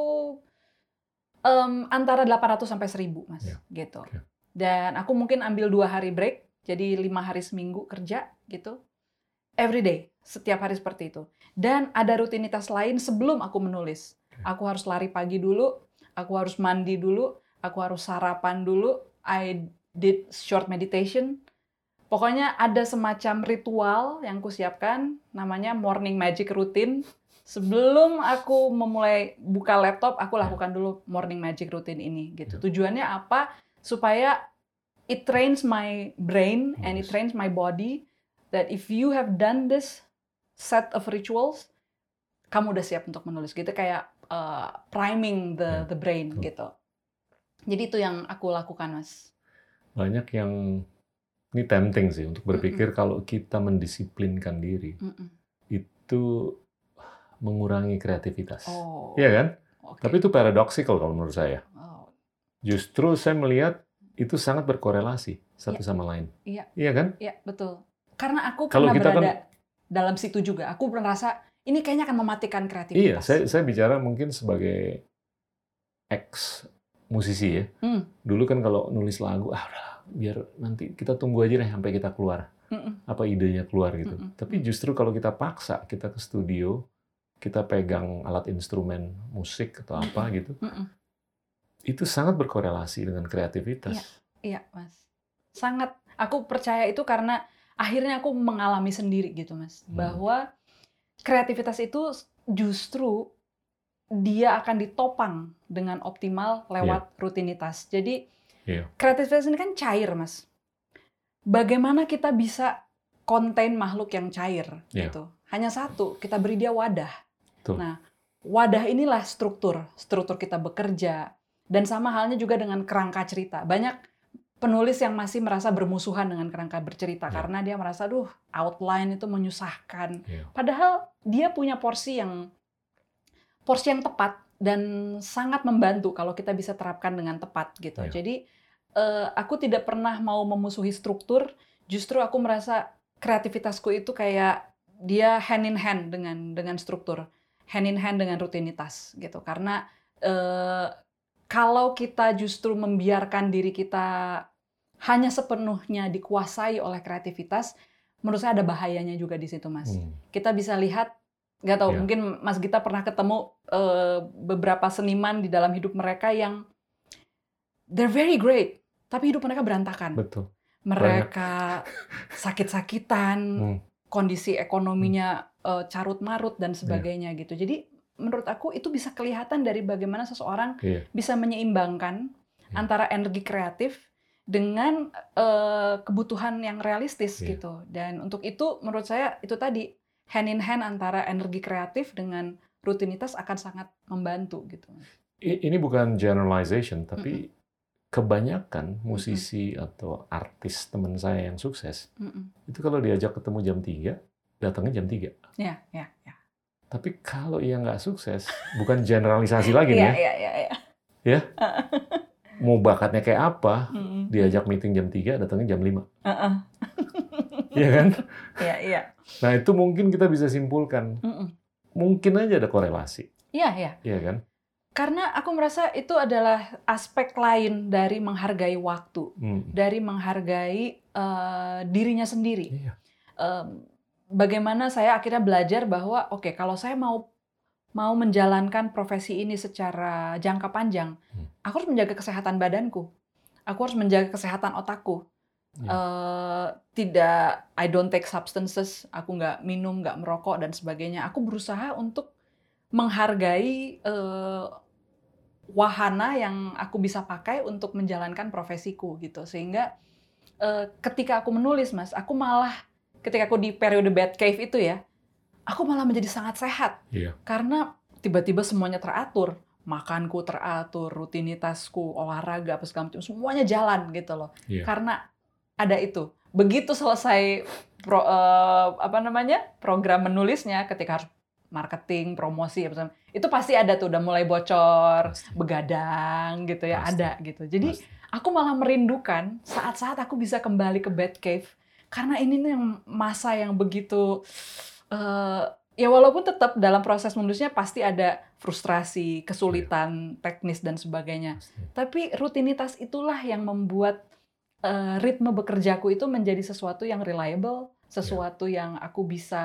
em, antara delapan ratus sampai seribu, Mas. Ya, Gitu. oke. Dan aku mungkin ambil dua hari break, jadi lima hari seminggu kerja gitu. Every day, setiap hari seperti itu. Dan ada rutinitas lain sebelum aku menulis. Aku harus lari pagi dulu, aku harus mandi dulu, aku harus sarapan dulu. I did short meditation. Pokoknya ada semacam ritual yang kusiapkan, namanya morning magic routine. Sebelum aku memulai buka laptop, aku lakukan dulu morning magic routine ini. Gitu. Tujuannya apa? Supaya it trains my brain and it trains my body that if you have done this set of rituals, kamu udah siap untuk menulis. Gitu kayak uh, priming the the brain gitu. Jadi itu yang aku lakukan, Mas. Banyak yang Ini tempting sih untuk berpikir Mm-mm. kalau kita mendisiplinkan diri, Mm-mm. itu mengurangi kreativitas. Oh, Iya kan? oke. Tapi itu paradoxical kalau menurut saya. Oh, Justru saya melihat itu sangat berkorelasi iya, satu sama lain. iya, Iya kan? iya, betul. Karena aku Kalau pernah kita kan, berada dalam situ juga. Aku merasa ini kayaknya akan mematikan iya, saya, kreativitas. saya bicara mungkin sebagai ex musisi ya. Hmm. Dulu kan kalau nulis lagu, ah udah, biar nanti kita tunggu aja deh sampai kita keluar. Mm-mm. Apa idenya keluar gitu. Mm-mm. Tapi justru kalau kita paksa, kita ke studio, kita pegang alat instrumen musik atau apa gitu, Mm-mm. itu sangat berkorelasi dengan kreativitas. Iya, iya, Mas. Sangat. Aku percaya itu karena akhirnya aku mengalami sendiri gitu, Mas. Hmm. Bahwa kreativitas itu justru dia akan ditopang dengan optimal lewat rutinitas. Jadi Iya. kreativitas ini kan cair, Mas. Bagaimana kita bisa konten makhluk yang cair Iya. gitu? Hanya satu, kita beri dia wadah. Betul. Nah, wadah inilah struktur, struktur kita bekerja. Dan sama halnya juga dengan kerangka cerita. Banyak penulis yang masih merasa bermusuhan dengan kerangka bercerita Iya. karena dia merasa, duh, outline itu menyusahkan. Iya. Padahal dia punya porsi yang porsi yang tepat dan sangat membantu kalau kita bisa terapkan dengan tepat gitu. Iya. Jadi eh, aku tidak pernah mau memusuhi struktur, justru aku merasa kreativitasku itu kayak dia hand in hand dengan dengan struktur, hand in hand dengan rutinitas gitu. Karena eh, kalau kita justru membiarkan diri kita hanya sepenuhnya dikuasai oleh kreativitas, menurut saya ada bahayanya juga di situ, Mas. Hmm. Kita bisa lihat, nggak tahu, Ya. mungkin Mas Gita pernah ketemu uh, beberapa seniman di dalam hidup mereka yang they're very great, tapi hidup mereka berantakan. Betul. Mereka sakit-sakitan, Hmm. kondisi ekonominya uh, carut-marut dan sebagainya gitu. Jadi menurut aku itu bisa kelihatan dari bagaimana seseorang Iya. bisa menyeimbangkan Iya. antara energi kreatif dengan uh, kebutuhan yang realistis Iya. gitu. Dan untuk itu menurut saya itu tadi hand in hand antara energi kreatif dengan rutinitas akan sangat membantu gitu. I- Ini bukan generalization, tapi kebanyakan musisi atau artis teman saya yang sukses, Mm-mm. itu kalau diajak ketemu jam tiga, datangnya jam tiga. Ya, ya, ya. Tapi kalau yang nggak sukses, bukan generalisasi lagi nih Iya, ya, iya, iya, iya. ya, mau bakatnya kayak apa, Mm-mm. diajak meeting jam tiga, datangnya jam lima. Uh-uh. Iya kan? Iya, iya. Nah itu mungkin kita bisa simpulkan, Mm-mm. mungkin aja ada korelasi. Iya, iya. Iya kan? Karena aku merasa itu adalah aspek lain dari menghargai waktu, Hmm. dari menghargai uh, dirinya sendiri. Iya. Um, bagaimana saya akhirnya belajar bahwa oke, okay, kalau saya mau mau menjalankan profesi ini secara jangka panjang, Hmm. aku harus menjaga kesehatan badanku, aku harus menjaga kesehatan otakku. Iya. Uh, tidak, I don't take substances, aku nggak minum, nggak merokok dan sebagainya. Aku berusaha untuk menghargai uh, wahana yang aku bisa pakai untuk menjalankan profesiku gitu. Sehingga uh, ketika aku menulis, Mas, aku malah ketika aku di periode bad cave itu ya, aku malah menjadi sangat sehat. Iya. Karena tiba-tiba semuanya teratur. Makanku teratur, rutinitasku, olahraga, apa segala macam, semuanya jalan gitu loh. Iya. Karena ada itu. Begitu selesai pro, uh, apa namanya program menulisnya, ketika harus marketing, promosi, apa segala, itu pasti ada tuh udah mulai bocor, Pasti. begadang gitu ya, Pasti. ada gitu. Jadi Pasti. aku malah merindukan saat-saat aku bisa kembali ke bad cave. Karena ini nih yang masa yang begitu, uh, ya walaupun tetap dalam proses menulisnya pasti ada frustrasi, kesulitan teknis dan sebagainya. Pasti. Tapi rutinitas itulah yang membuat uh, ritme bekerjaku itu menjadi sesuatu yang reliable, sesuatu yang aku bisa,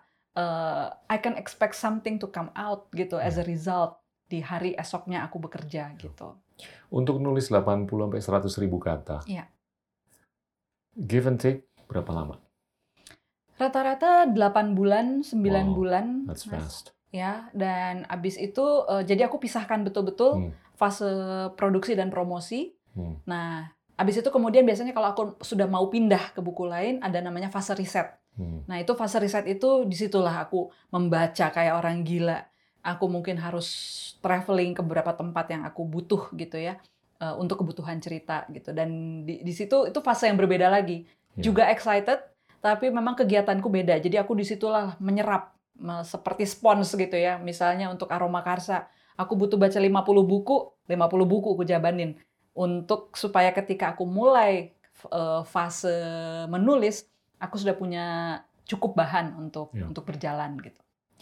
uh, I can expect something to come out gitu as a result di hari esoknya aku bekerja gitu. Untuk nulis delapan puluh sampai seratus ribu kata, Iya. give and take berapa lama? Rata-rata delapan bulan, sembilan Wow, bulan, That's Mas. fast. Ya, dan abis itu uh, jadi aku pisahkan betul-betul Hmm. fase produksi dan promosi. Hmm. Nah, abis itu kemudian biasanya kalau aku sudah mau pindah ke buku lain, ada namanya fase riset. Hmm. Nah, itu fase riset itu disitulah aku membaca kayak orang gila. Aku mungkin harus traveling ke beberapa tempat yang aku butuh gitu ya, uh, untuk kebutuhan cerita gitu. Dan di, di situ itu fase yang berbeda lagi. Ya. juga excited, tapi memang kegiatanku beda. Jadi aku disitulah menyerap me- seperti spons gitu ya. Misalnya untuk Aroma Karsa, aku butuh baca lima puluh buku, lima puluh buku aku jabanin untuk supaya ketika aku mulai eh, fase menulis, aku sudah punya cukup bahan untuk Ya. untuk berjalan gitu.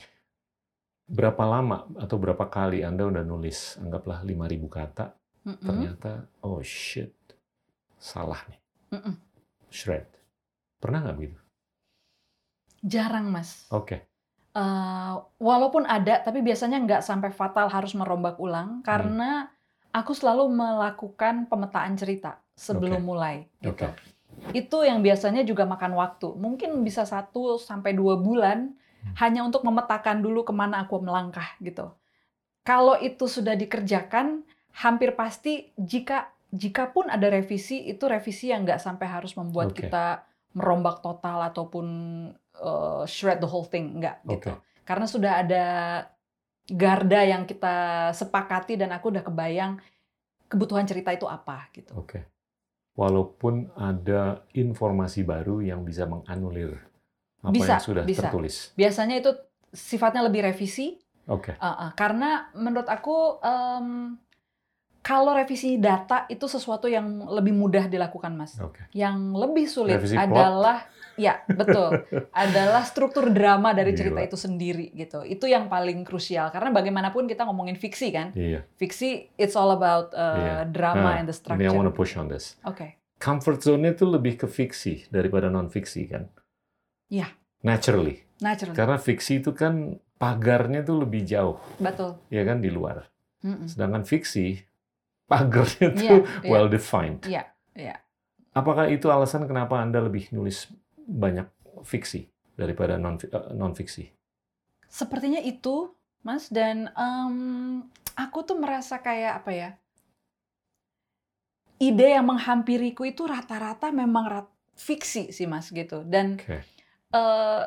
Berapa lama atau berapa kali Anda udah nulis, anggaplah lima ribu kata, Mm-mm. ternyata, oh shit, salah nih, Mm-mm. shred. Pernah nggak begitu? Jarang, Mas. Oke. Eh, walaupun ada, tapi biasanya nggak sampai fatal harus merombak ulang, karena aku selalu melakukan pemetaan cerita sebelum Oke. mulai gitu. Oke. Itu yang biasanya juga makan waktu. Mungkin bisa satu sampai dua bulan hanya untuk memetakan dulu kemana aku melangkah gitu. Kalau itu sudah dikerjakan, hampir pasti jika jika pun ada revisi, itu revisi yang nggak sampai harus membuat Oke. kita merombak total ataupun uh, shred the whole thing, nggak gitu. Oke. Karena sudah ada garda yang kita sepakati dan aku udah kebayang kebutuhan cerita itu apa gitu. Oke. Walaupun ada informasi baru yang bisa menganulir apa Bisa, yang sudah bisa. tertulis. Biasanya itu sifatnya lebih revisi. Oke. Uh, uh, karena menurut aku um, kalau revisi data itu sesuatu yang lebih mudah dilakukan, Mas. Oke. Yang lebih sulit Revisi plot. adalah ya betul adalah struktur drama dari cerita Gila. itu sendiri gitu. Itu yang paling krusial karena bagaimanapun kita ngomongin fiksi kan. Iya. Fiksi it's all about uh, Iya. drama Nah, and the ini structure. I want to push on this. Oke. Comfort zone-nya itu lebih ke fiksi daripada non-fiksi kan? Iya. Naturally. Naturally. Karena fiksi itu kan pagarnya tuh lebih jauh, Betul. ya kan, di luar. Mm-mm. Sedangkan fiksi, pagarnya tuh Iya, iya. well defined. Iya, iya. Apakah itu alasan kenapa Anda lebih nulis banyak fiksi daripada non non-fiksi? Sepertinya itu, Mas, dan em, aku tuh merasa kayak apa ya? Ide yang menghampiriku itu rata-rata memang rat- fiksi sih, Mas, gitu. Dan Oke. eh,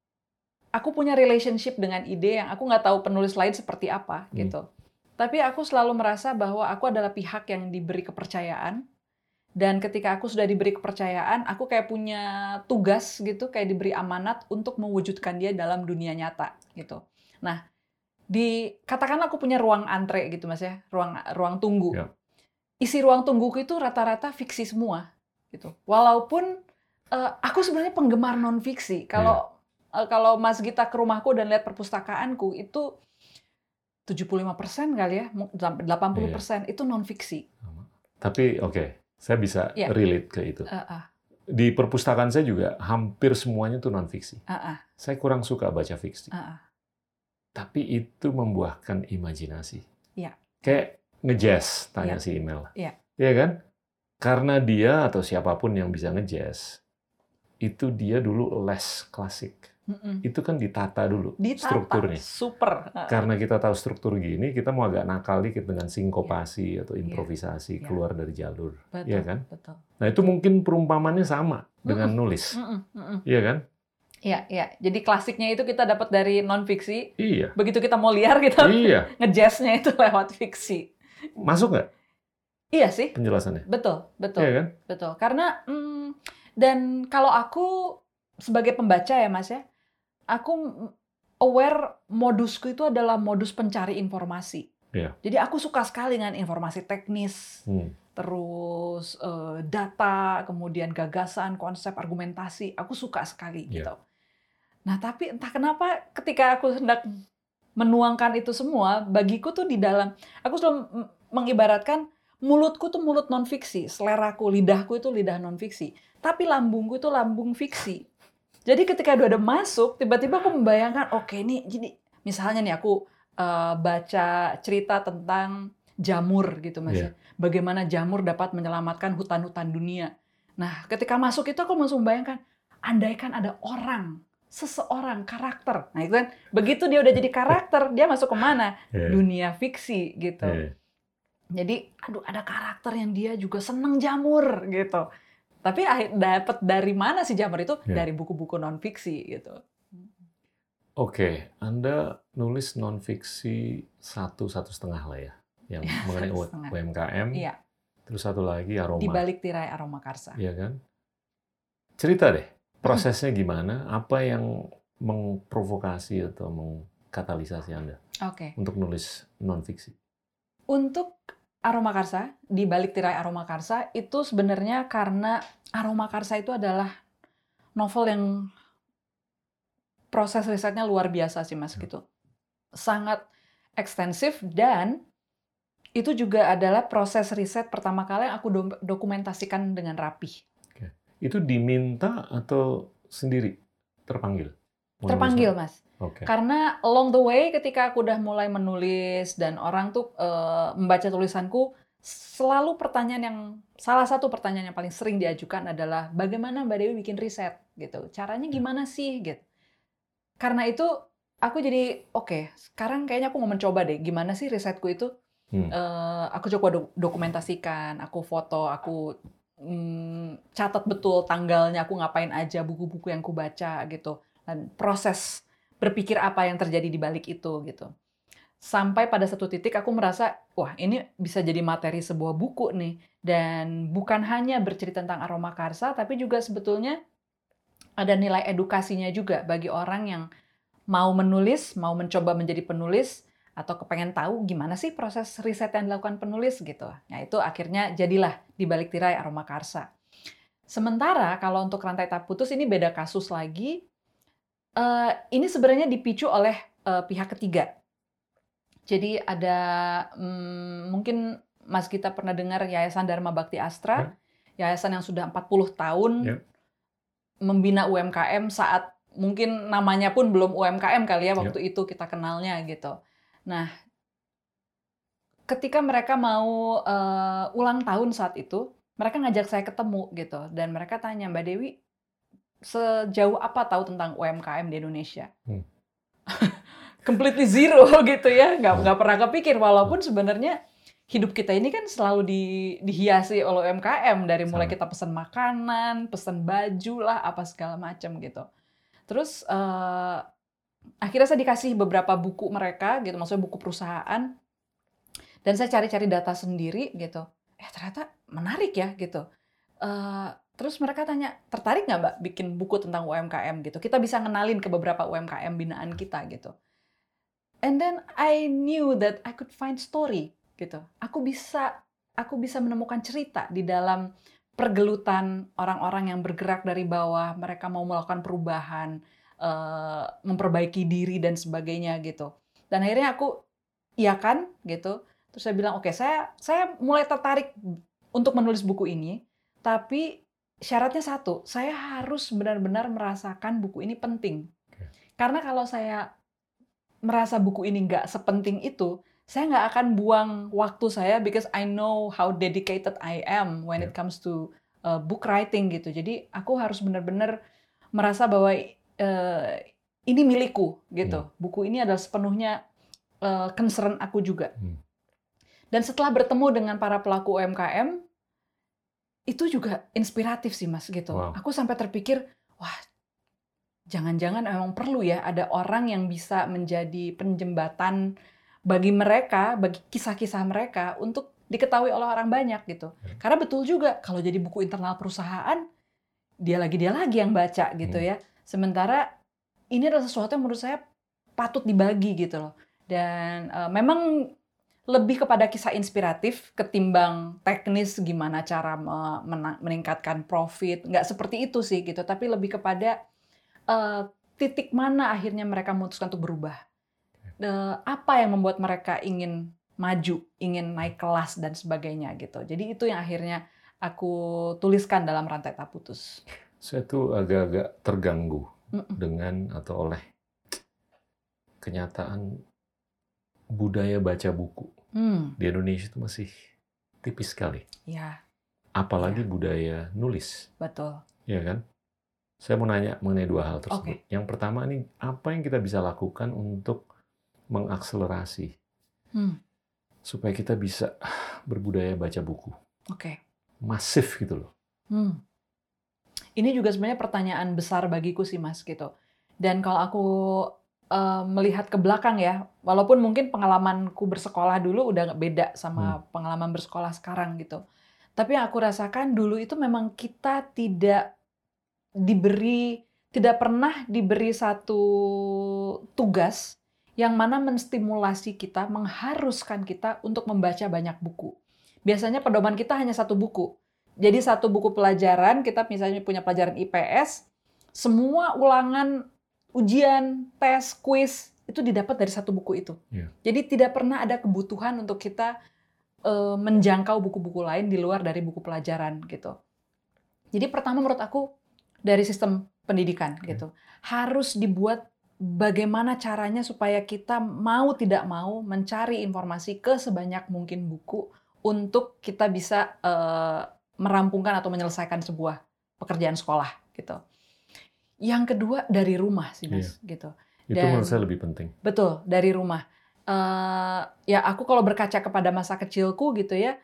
aku punya relationship dengan ide yang aku nggak tahu penulis lain seperti apa Hmm. gitu. Tapi aku selalu merasa bahwa aku adalah pihak yang diberi kepercayaan. Dan ketika aku sudah diberi kepercayaan, aku kayak punya tugas gitu, kayak diberi amanat untuk mewujudkan dia dalam dunia nyata gitu. Nah, di katakanlah aku punya ruang antre gitu, Mas ya, ruang ruang tunggu. Ya. Isi ruang tungguku itu rata-rata fiksi semua gitu. Walaupun eh, aku sebenarnya penggemar non fiksi. Kalau eh, kalau Mas Gita ke rumahku dan lihat perpustakaanku itu tujuh puluh lima persen kali ya, mu- sampai delapan puluh persen itu non fiksi. Tapi oke, saya bisa Ya. relate ke itu. Uh, uh, Di perpustakaan saya juga hampir semuanya tuh non-fiksi. uh, uh, Saya kurang suka baca fiksi. uh, uh. Tapi itu membuahkan imajinasi. Iya. Kayak ngejazz, tanya Iya. si email. Iya. Iya kan? Karena dia atau siapapun yang bisa ngejazz, itu dia dulu les klasik. Mm-mm. Itu kan ditata dulu Ditata, strukturnya. super. Uh, uh. Karena kita tahu struktur gini, kita mau agak nakal dikit dengan sinkopasi atau improvisasi Iya. keluar dari jalur. Betul, Iya kan? betul. Nah, itu mungkin perumpamannya sama dengan Mm-mm. nulis. Mm-mm, mm-mm. Iya kan? Iya, iya. Jadi klasiknya itu kita dapat dari non fiksi. Iya. Begitu kita mau liar kita Iya. ngejazznya itu lewat fiksi. Masuk nggak Iya sih, penjelasannya? betul, betul, Iya kan? betul. Karena mm, dan kalau aku sebagai pembaca ya Mas ya, aku aware modusku itu adalah modus pencari informasi. Iya. Jadi aku suka sekali dengan informasi teknis, Hmm. terus eh, data, kemudian gagasan, konsep, argumentasi. Aku suka sekali Iya. gitu. Nah tapi entah kenapa ketika aku hendak menuangkan itu semua, bagiku tuh di dalam, aku selalu m- mengibaratkan mulutku tuh mulut non fiksi, seleraku, lidahku itu lidah non fiksi, tapi lambungku itu lambung fiksi. Jadi ketika udah ada masuk, tiba-tiba aku membayangkan, oke nih, jadi misalnya nih aku eh, baca cerita tentang jamur gitu Mas ya. Iya. Bagaimana jamur dapat menyelamatkan hutan-hutan dunia. Nah, ketika masuk itu aku langsung membayangkan, andaikan ada orang, seseorang, karakter. Nah, itu kan begitu dia udah jadi karakter, dia masuk kemana? Iya. Dunia fiksi gitu. Iya. Jadi, aduh ada karakter yang dia juga seneng jamur gitu. Tapi dapat dari mana sih jamur itu? Ya. Dari buku-buku non fiksi gitu. Oke, Anda nulis non-fiksi satu, satu setengah lah ya. Yang Ya, mengenai satu U- setengah. U M K M, Iya, terus satu lagi aroma. di balik tirai Aroma Karsa. Iya kan? Cerita deh, prosesnya gimana? Apa yang memprovokasi atau mengkatalisasi Anda Oke. untuk nulis non-fiksi? Untuk Aroma Karsa, di balik tirai Aroma Karsa, itu sebenarnya karena Aroma Karsa itu adalah novel yang proses risetnya luar biasa sih, Mas, Ya. gitu. Sangat ekstensif dan itu juga adalah proses riset pertama kali yang aku do- dokumentasikan dengan rapih. Oke. Itu diminta atau sendiri terpanggil? Mau nulis Terpanggil, novel? Mas. Oke. Karena along the way ketika aku udah mulai menulis dan orang tuh eh, membaca tulisanku, selalu pertanyaan yang salah satu pertanyaan yang paling sering diajukan adalah bagaimana Mbak Dewi bikin riset gitu. Caranya gimana sih gitu. Karena itu aku jadi oke, sekarang kayaknya aku mau mencoba deh gimana sih risetku itu. Hmm. Eh, aku coba do- dokumentasikan, aku foto, aku mm, catat betul tanggalnya, aku ngapain aja, buku-buku yang aku baca gitu, dan proses berpikir apa yang terjadi di balik itu gitu. Sampai pada satu titik aku merasa, wah ini bisa jadi materi sebuah buku nih, dan bukan hanya bercerita tentang Aroma Karsa, tapi juga sebetulnya ada nilai edukasinya juga bagi orang yang mau menulis, mau mencoba menjadi penulis, atau kepengen tahu gimana sih proses riset yang dilakukan penulis gitu. Nah itu akhirnya jadilah di balik tirai Aroma Karsa. Sementara kalau untuk Rantai Tak Putus ini beda kasus lagi. Eh, ini sebenarnya dipicu oleh eh, pihak ketiga. Jadi ada hmm, mungkin Mas Gita pernah dengar Yayasan Dharma Bakti Astra, yayasan yang sudah empat puluh tahun Ya. membina U M K M saat mungkin namanya pun belum U M K M kali ya Ya. waktu itu kita kenalnya gitu. Nah, ketika mereka mau uh, ulang tahun saat itu, mereka ngajak saya ketemu gitu dan mereka tanya, Mbak Dewi, sejauh apa tahu tentang U M K M di Indonesia? Hmm. Completely zero gitu ya, nggak Hmm. nggak pernah kepikir walaupun sebenarnya hidup kita ini kan selalu di, dihiasi oleh U M K M dari mulai Sama. kita pesan makanan, pesan baju lah, apa segala macam gitu. Terus uh, akhirnya saya dikasih beberapa buku mereka gitu, maksudnya buku perusahaan, dan saya cari-cari data sendiri gitu. Eh ternyata menarik ya gitu. Uh, terus mereka tanya, tertarik nggak Mbak bikin buku tentang U M K M gitu? Kita bisa ngenalin ke beberapa U M K M binaan kita gitu. And then I knew that I could find story gitu. Aku bisa aku bisa menemukan cerita di dalam pergelutan orang-orang yang bergerak dari bawah, mereka mau melakukan perubahan, uh, memperbaiki diri dan sebagainya gitu. Dan akhirnya aku iyakan gitu. Terus saya bilang, "Oke, saya saya mulai tertarik untuk menulis buku ini, tapi syaratnya satu, saya harus benar-benar merasakan buku ini penting." Karena kalau saya merasa buku ini nggak sepenting itu, saya nggak akan buang waktu saya because I know how dedicated I am when it comes to uh, book writing gitu. Jadi aku harus benar-benar merasa bahwa uh, ini milikku gitu. Hmm. Buku ini adalah sepenuhnya uh, concern aku juga. Hmm. Dan setelah bertemu dengan para pelaku U M K M, itu juga inspiratif sih Mas gitu. Wow. Aku sampai terpikir, wah, jangan-jangan memang perlu ya ada orang yang bisa menjadi penjembatan bagi mereka, bagi kisah-kisah mereka untuk diketahui oleh orang banyak gitu. Hmm. Karena betul juga kalau jadi buku internal perusahaan, dia lagi dia lagi yang baca gitu hmm. ya. Sementara ini adalah sesuatu yang menurut saya patut dibagi gitu loh. Dan uh, memang lebih kepada kisah inspiratif ketimbang teknis gimana cara meningkatkan profit. Nggak seperti itu sih gitu, tapi lebih kepada uh, titik mana akhirnya mereka memutuskan untuk berubah. Uh, apa yang membuat mereka ingin maju, ingin naik kelas dan sebagainya gitu. Jadi itu yang akhirnya aku tuliskan dalam Rantai Tak Putus. Saya tuh agak-agak terganggu Mm-mm. dengan atau oleh kenyataan budaya baca buku. Hmm. Di Indonesia itu masih tipis sekali. Ya. Apalagi ya. budaya nulis. Betul. Ya kan? Saya mau nanya mengenai dua hal tersebut. Okay. Yang pertama nih, apa yang kita bisa lakukan untuk mengakselerasi hmm. supaya kita bisa berbudaya baca buku. Oke. Okay. Masif gitu loh. Hmm. Ini juga sebenarnya pertanyaan besar bagiku sih Mas gitu. Dan kalau aku Uh, melihat ke belakang ya, walaupun mungkin pengalamanku bersekolah dulu udah beda sama hmm. pengalaman bersekolah sekarang gitu. Tapi yang aku rasakan dulu itu memang kita tidak diberi tidak pernah diberi satu tugas yang mana menstimulasi kita, mengharuskan kita untuk membaca banyak buku. Biasanya pedoman kita hanya satu buku. Jadi satu buku pelajaran, kita misalnya punya pelajaran I P S, semua ulangan, ujian, tes, kuis, itu didapat dari satu buku itu. Yeah. Jadi tidak pernah ada kebutuhan untuk kita uh, menjangkau buku-buku lain di luar dari buku pelajaran gitu. Jadi pertama menurut aku dari sistem pendidikan okay. gitu harus dibuat bagaimana caranya supaya kita mau tidak mau mencari informasi ke sebanyak mungkin buku untuk kita bisa uh, merampungkan atau menyelesaikan sebuah pekerjaan sekolah gitu. Yang kedua dari rumah sih Mas yeah. gitu. Dan, itu menurut saya lebih penting. Betul, dari rumah. Uh, ya aku kalau berkaca kepada masa kecilku gitu ya,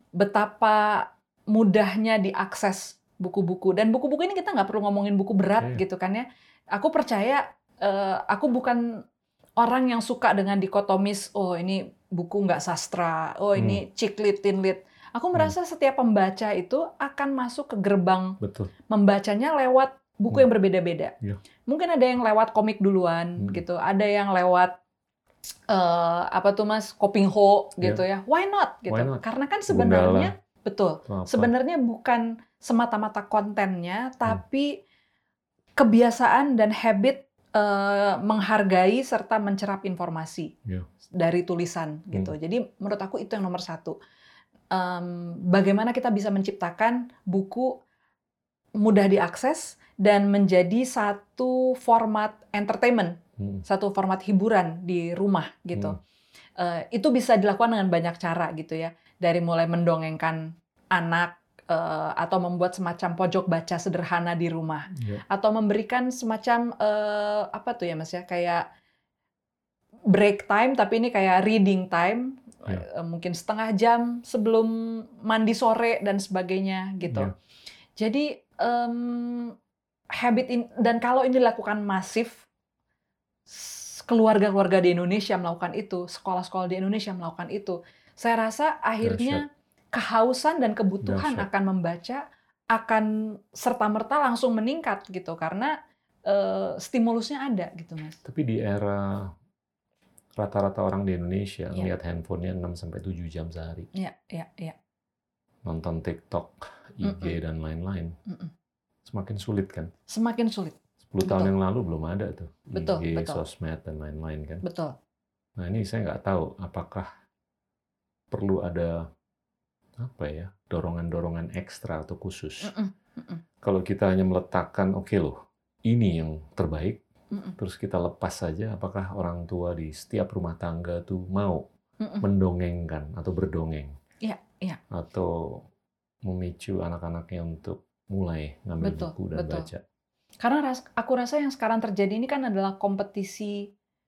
betapa mudahnya diakses buku-buku. Dan buku-buku ini kita nggak perlu ngomongin buku berat yeah. gitu kan ya. Aku percaya Uh, aku bukan orang yang suka dengan dikotomis, oh ini buku nggak sastra, oh ini hmm. ciklit, tinlit. Aku merasa hmm. setiap pembaca itu akan masuk ke gerbang Betul. membacanya lewat buku hmm. yang berbeda-beda. Ya. Mungkin ada yang lewat komik duluan, hmm. gitu. Ada yang lewat uh, apa tuh Mas, Kopingho, gitu ya. ya. Why not? Gitu. Why not? Karena kan sebenarnya Gundala. Betul. Sebenarnya bukan semata-mata kontennya, tapi hmm. kebiasaan dan habit Uh, menghargai serta mencerap informasi yeah. dari tulisan gitu. Hmm. Jadi menurut aku itu yang nomor satu. Um, bagaimana kita bisa menciptakan buku mudah diakses dan menjadi satu format entertainment, hmm. satu format hiburan di rumah gitu. Hmm. Uh, itu bisa dilakukan dengan banyak cara gitu ya. Dari mulai mendongengkan anak, Uh, atau membuat semacam pojok baca sederhana di rumah, yeah. atau memberikan semacam uh, apa tuh ya Mas ya, kayak break time tapi ini kayak reading time, yeah. uh, mungkin setengah jam sebelum mandi sore dan sebagainya gitu. Yeah. Jadi um, habit in, dan kalau ini dilakukan masif, keluarga-keluarga di Indonesia melakukan itu, sekolah-sekolah di Indonesia melakukan itu, saya rasa akhirnya That's kehausan dan kebutuhan That's akan membaca akan serta-merta langsung meningkat gitu karena uh, stimulusnya ada gitu Mas. Tapi di era rata-rata orang di Indonesia yeah. lihat handphonenya enam sampai tujuh jam sehari. Iya, yeah, iya, yeah, iya. Yeah. Nonton TikTok, I G Mm-mm. dan lain-lain. Mm-mm. Semakin sulit kan? Semakin sulit. sepuluh tahun yang lalu belum ada tuh. Betul, I G, betul. sosmed dan lain-lain kan. Betul. Nah, ini saya nggak tahu apakah perlu ada apa ya, dorongan-dorongan ekstra atau khusus. Mm-mm, mm-mm. Kalau kita hanya meletakkan, oke okay loh, ini yang terbaik, mm-mm. terus kita lepas saja, apakah orang tua di setiap rumah tangga tuh mau mm-mm. mendongengkan atau berdongeng? Iya, iya. Atau memicu anak-anaknya untuk mulai ngambil betul, buku dan betul. baca? Karena ras- aku rasa yang sekarang terjadi ini kan adalah kompetisi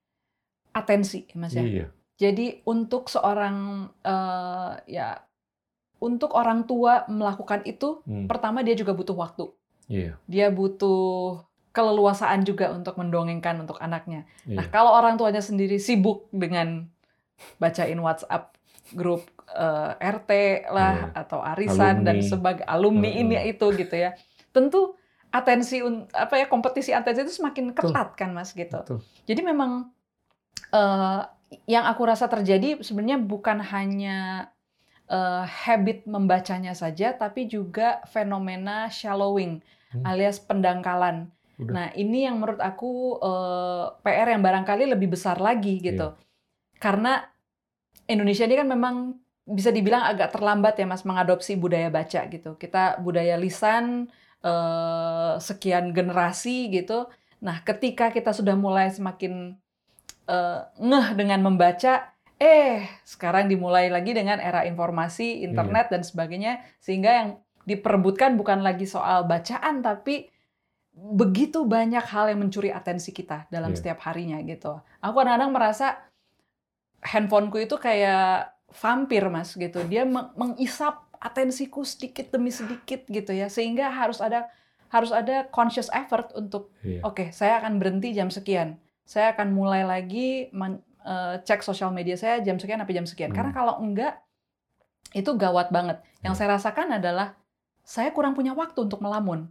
atensi, Mas ya. Iya. Jadi untuk seorang, uh, ya, untuk orang tua melakukan itu, hmm. pertama dia juga butuh waktu. Yeah. Dia butuh keleluasaan juga untuk mendongengkan untuk anaknya. Yeah. Nah, kalau orang tuanya sendiri sibuk dengan bacain WhatsApp grup uh, R T lah, yeah. atau arisan alumni. Dan sebagai alumni uh, uh. ini itu gitu ya. Tentu atensi apa ya kompetisi atensi itu semakin ketat Betul. Kan Mas gitu. Betul. Jadi memang uh, yang aku rasa terjadi sebenarnya bukan hanya Uh, habit membacanya saja, tapi juga fenomena shallowing, hmm. alias pendangkalan. Udah. Nah, ini yang menurut aku uh, P R yang barangkali lebih besar lagi gitu. Yeah. Karena Indonesia ini kan memang bisa dibilang agak terlambat ya Mas mengadopsi budaya baca gitu. Kita budaya lisan uh, sekian generasi gitu. Nah, ketika kita sudah mulai semakin uh, ngeh dengan membaca, Eh, sekarang dimulai lagi dengan era informasi, internet, iya. dan sebagainya. Sehingga yang diperebutkan bukan lagi soal bacaan, tapi begitu banyak hal yang mencuri atensi kita dalam iya. setiap harinya gitu. Aku kadang-kadang merasa handphoneku itu kayak vampir, Mas, gitu. Dia mengisap atensiku sedikit demi sedikit gitu ya. Sehingga harus ada harus ada conscious effort untuk, iya. oke, okay, saya akan berhenti jam sekian. Saya akan mulai lagi men- Uh, cek sosial media saya jam sekian sampai jam sekian. Hmm. Karena kalau enggak, itu gawat banget. Yang hmm. saya rasakan adalah saya kurang punya waktu untuk melamun.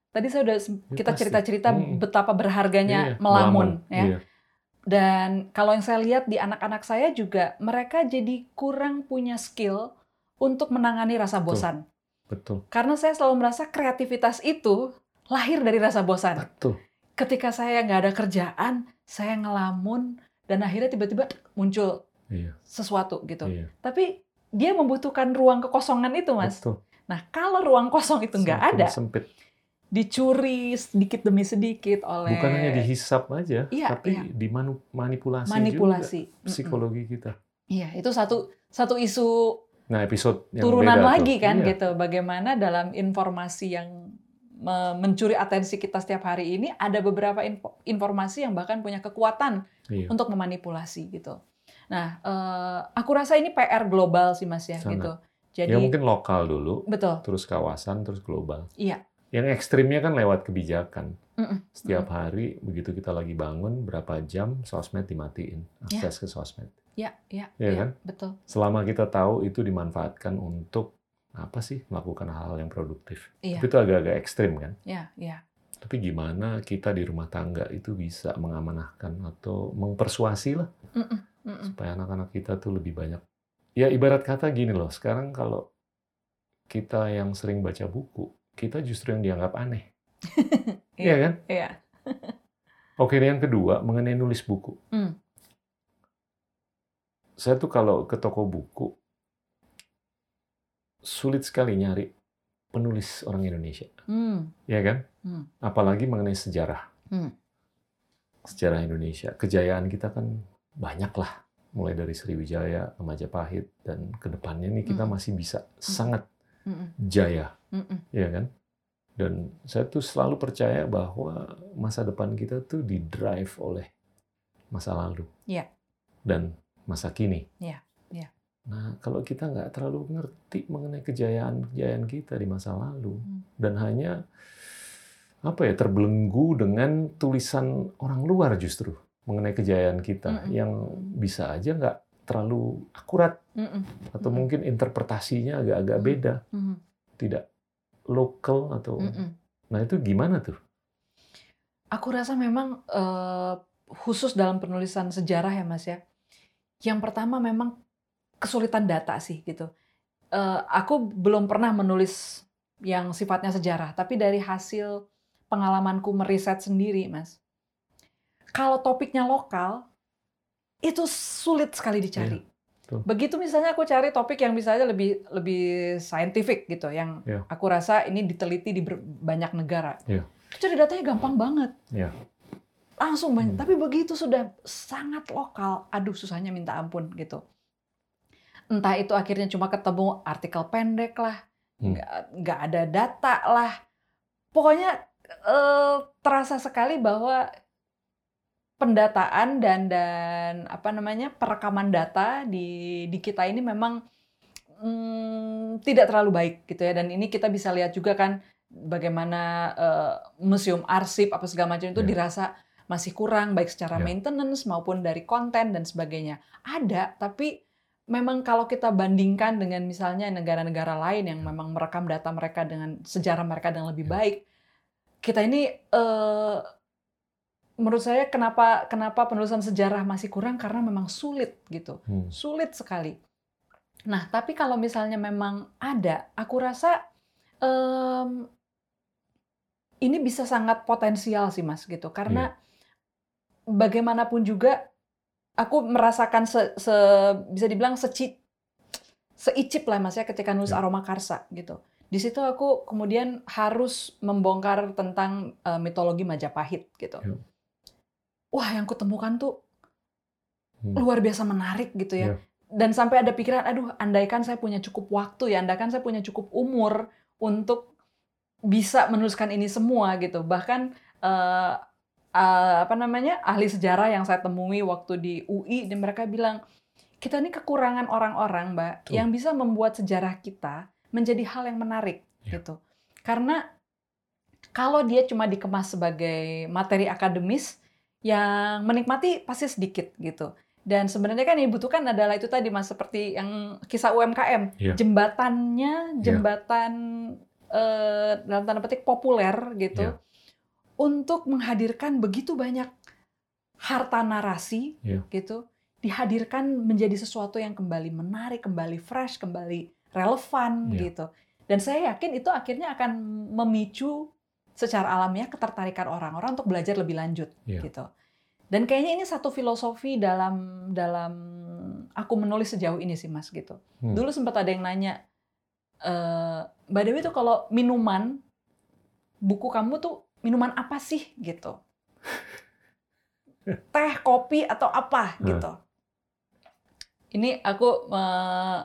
Tadi saya udah sem- Ya kita pasti. cerita-cerita Mm-mm. betapa berharganya Iya, melamun, melamun. ya. Iya. Dan kalau yang saya lihat di anak-anak saya juga, mereka jadi kurang punya skill untuk menangani rasa Betul. bosan. Betul. Karena saya selalu merasa kreativitas itu lahir dari rasa bosan. Betul. Ketika saya nggak ada kerjaan, saya ngelamun, dan akhirnya tiba-tiba muncul Iya. sesuatu gitu. Iya. Tapi dia membutuhkan ruang kekosongan itu, Mas. Betul. Nah, kalau ruang kosong itu nggak Semakin ada, sempit. dicuri sedikit demi sedikit oleh Bukan hanya dihisap aja, Iya, tapi iya. dimanipulasi manipulasi. juga Mm-mm. psikologi kita. Iya, itu satu satu isu Nah, episode yang turunan beda lagi tuh. kan Iya. gitu. Bagaimana dalam informasi yang me- mencuri atensi kita setiap hari ini ada beberapa info- informasi yang bahkan punya kekuatan Iya. untuk memanipulasi gitu. Nah, eh, aku rasa ini P R global sih Mas ya Sangat. gitu. Jadi Ya mungkin lokal dulu, betul. terus kawasan, terus global. Iya. Yang ekstrimnya kan lewat kebijakan. Mm-mm. Setiap hari, begitu kita lagi bangun, berapa jam sosmed dimatiin, akses ke sosmed. Iya, iya, Iya iya, kan? betul. Selama kita tahu itu dimanfaatkan untuk apa sih? Melakukan hal-hal yang produktif. Iya. Tapi itu agak-agak ekstrim kan? Iya, iya. Tapi gimana kita di rumah tangga itu bisa mengamanahkan atau mempersuasi lah Mm-mm, mm-mm. supaya anak-anak kita tuh lebih banyak. Ya ibarat kata gini loh, sekarang kalau kita yang sering baca buku, kita justru yang dianggap aneh. Iya kan? Iya. Oke, yang kedua mengenai nulis buku. Hmm. Saya tuh kalau ke toko buku, sulit sekali nyari penulis orang Indonesia. Hmm. Iya kan? Hmm. Apalagi mengenai sejarah. Hmm. Sejarah Indonesia. Kejayaan kita kan banyak lah. Mulai dari Sriwijaya, Majapahit, dan ke depannya nih kita Mm-mm. masih bisa sangat Mm-mm. jaya. Mm-mm. Iya kan? Dan saya tuh selalu percaya bahwa masa depan kita tuh di-drive oleh masa lalu. Iya. Dan masa kini. Iya, iya. Nah, kalau kita nggak terlalu ngerti mengenai kejayaan-kejayaan kita di masa lalu, Hmm. dan hanya apa ya terbelenggu dengan tulisan orang luar justru mengenai kejayaan kita, Mm-mm. yang bisa aja nggak terlalu akurat, Mm-mm. atau Mm-mm. mungkin interpretasinya agak-agak Mm. beda, Mm-mm. tidak lokal atau. Mm-mm. Nah, itu gimana tuh? Aku rasa memang eh, khusus dalam penulisan sejarah ya Mas ya. Yang pertama memang kesulitan data sih gitu. Eh, aku belum pernah menulis yang sifatnya sejarah, tapi dari hasil pengalamanku meriset sendiri, Mas. Kalau topiknya lokal, itu sulit sekali dicari. betul. Begitu misalnya aku cari topik yang misalnya lebih lebih scientific gitu, yang Iya. aku rasa ini diteliti di ber- banyak negara. Iya. Cari datanya gampang banget. Iya. Langsung banyak. Hmm. Tapi begitu sudah sangat lokal, aduh susahnya minta ampun gitu. Entah itu akhirnya cuma ketemu artikel pendek lah, Hmm. nggak nggak ada data lah. Pokoknya eh, terasa sekali bahwa pendataan dan dan apa namanya perekaman data di di kita ini memang mm, tidak terlalu baik gitu ya. Dan ini kita bisa lihat juga kan bagaimana eh, museum arsip apa segala macam itu Ya. dirasa masih kurang baik secara Ya. maintenance maupun dari konten dan sebagainya. Ada, tapi memang kalau kita bandingkan dengan misalnya negara-negara lain yang memang merekam data mereka dengan sejarah mereka dengan lebih Ya. baik, kita ini eh, menurut saya kenapa kenapa penulisan sejarah masih kurang karena memang sulit gitu, Hmm. sulit sekali. Nah, tapi kalau misalnya memang ada, aku rasa em, ini bisa sangat potensial sih Mas gitu, karena bagaimanapun juga aku merasakan se, se- bisa dibilang seci, seicip lah Mas ya ketika nulis Ya. Aroma Karsa gitu. Di situ aku kemudian harus membongkar tentang eh, mitologi Majapahit gitu. Ya. Wah, yang kutemukan tuh Hmm. luar biasa menarik gitu ya. Ya. Dan sampai ada pikiran, aduh, andaikan saya punya cukup waktu ya, andaikan saya punya cukup umur untuk bisa menuliskan ini semua gitu. Bahkan eh, eh, apa namanya ahli sejarah yang saya temui waktu di U I, dan mereka bilang kita ini kekurangan orang-orang, Mbak, Betul. yang bisa membuat sejarah kita menjadi hal yang menarik Ya. gitu. Karena kalau dia cuma dikemas sebagai materi akademis, yang menikmati pasti sedikit gitu. Dan sebenarnya kan yang dibutuhkan adalah itu tadi Mas, seperti yang kisah U M K M, Iya. jembatannya, Iya. jembatan eh, dalam tanda petik populer gitu, Yeah. untuk menghadirkan begitu banyak harta narasi Yeah. gitu, dihadirkan menjadi sesuatu yang kembali menarik, kembali fresh, kembali relevan Yeah. gitu. Dan saya yakin itu akhirnya akan memicu secara alamiah ketertarikan orang-orang untuk belajar lebih lanjut Yeah. gitu. Dan kayaknya ini satu filosofi dalam dalam aku menulis sejauh ini sih Mas gitu. Hmm. Dulu sempat ada yang nanya, e, Mbak Dewi tuh kalau minuman, buku kamu tuh minuman apa sih gitu? Teh, kopi, atau apa gitu. Ini aku uh,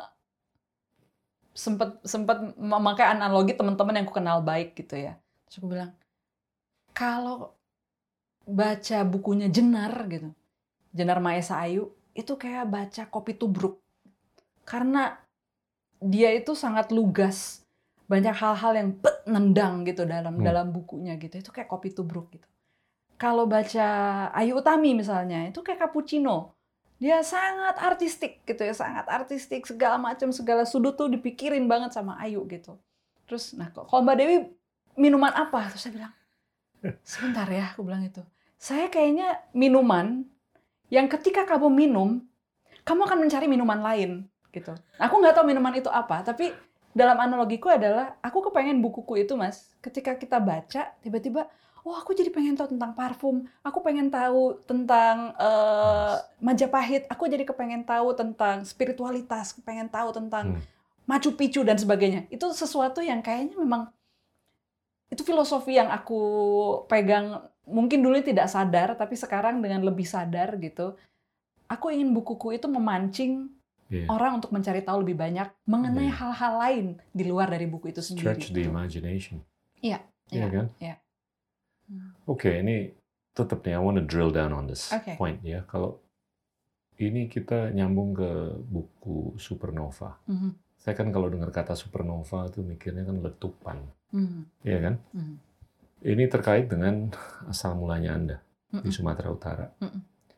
sempat sempat memakai analogi teman-teman yang aku kenal baik gitu ya. Terus aku bilang, kalau baca bukunya Jenar gitu, Jenar Maesa Ayu, itu kayak baca kopi tubruk. Karena dia itu sangat lugas, banyak hal-hal yang bet, nendang gitu dalam Hmm. dalam bukunya gitu. Itu kayak kopi tubruk gitu. Kalau baca Ayu Utami misalnya, itu kayak cappuccino. Dia sangat artistik gitu ya, sangat artistik, segala macam, segala sudut tuh dipikirin banget sama Ayu gitu. Terus, nah kalau Mbak Dewi minuman apa? Terus saya bilang, sebentar ya, aku bilang itu. Saya kayaknya minuman yang ketika kamu minum, kamu akan mencari minuman lain gitu. Aku nggak tahu minuman itu apa, tapi dalam analogiku adalah, aku kepengen bukuku itu Mas, ketika kita baca, tiba-tiba, oh aku jadi pengen tahu tentang parfum, aku pengen tahu tentang uh, Majapahit, aku jadi kepengen tahu tentang spiritualitas, kepengen tahu tentang hmm. Machu Picchu dan sebagainya. Itu sesuatu yang kayaknya memang, itu filosofi yang aku pegang, mungkin dulu tidak sadar, tapi sekarang dengan lebih sadar gitu, aku ingin bukuku itu memancing yeah. orang untuk mencari tahu lebih banyak mengenai yeah. hal-hal lain di luar dari buku itu sendiri. Stretch the imagination. Iya. Iya kan? Iya. Oke, okay, ini tetap nih, I want to drill down on this okay. point ya. Kalau ini kita nyambung ke buku Supernova. Mm-hmm. Saya kan kalau dengar kata supernova itu mikirnya kan letupan. Mm-hmm. Iya kan? Mm-hmm. Ini terkait dengan asal mulanya Anda mm-hmm. di Sumatera Utara. Mm-hmm.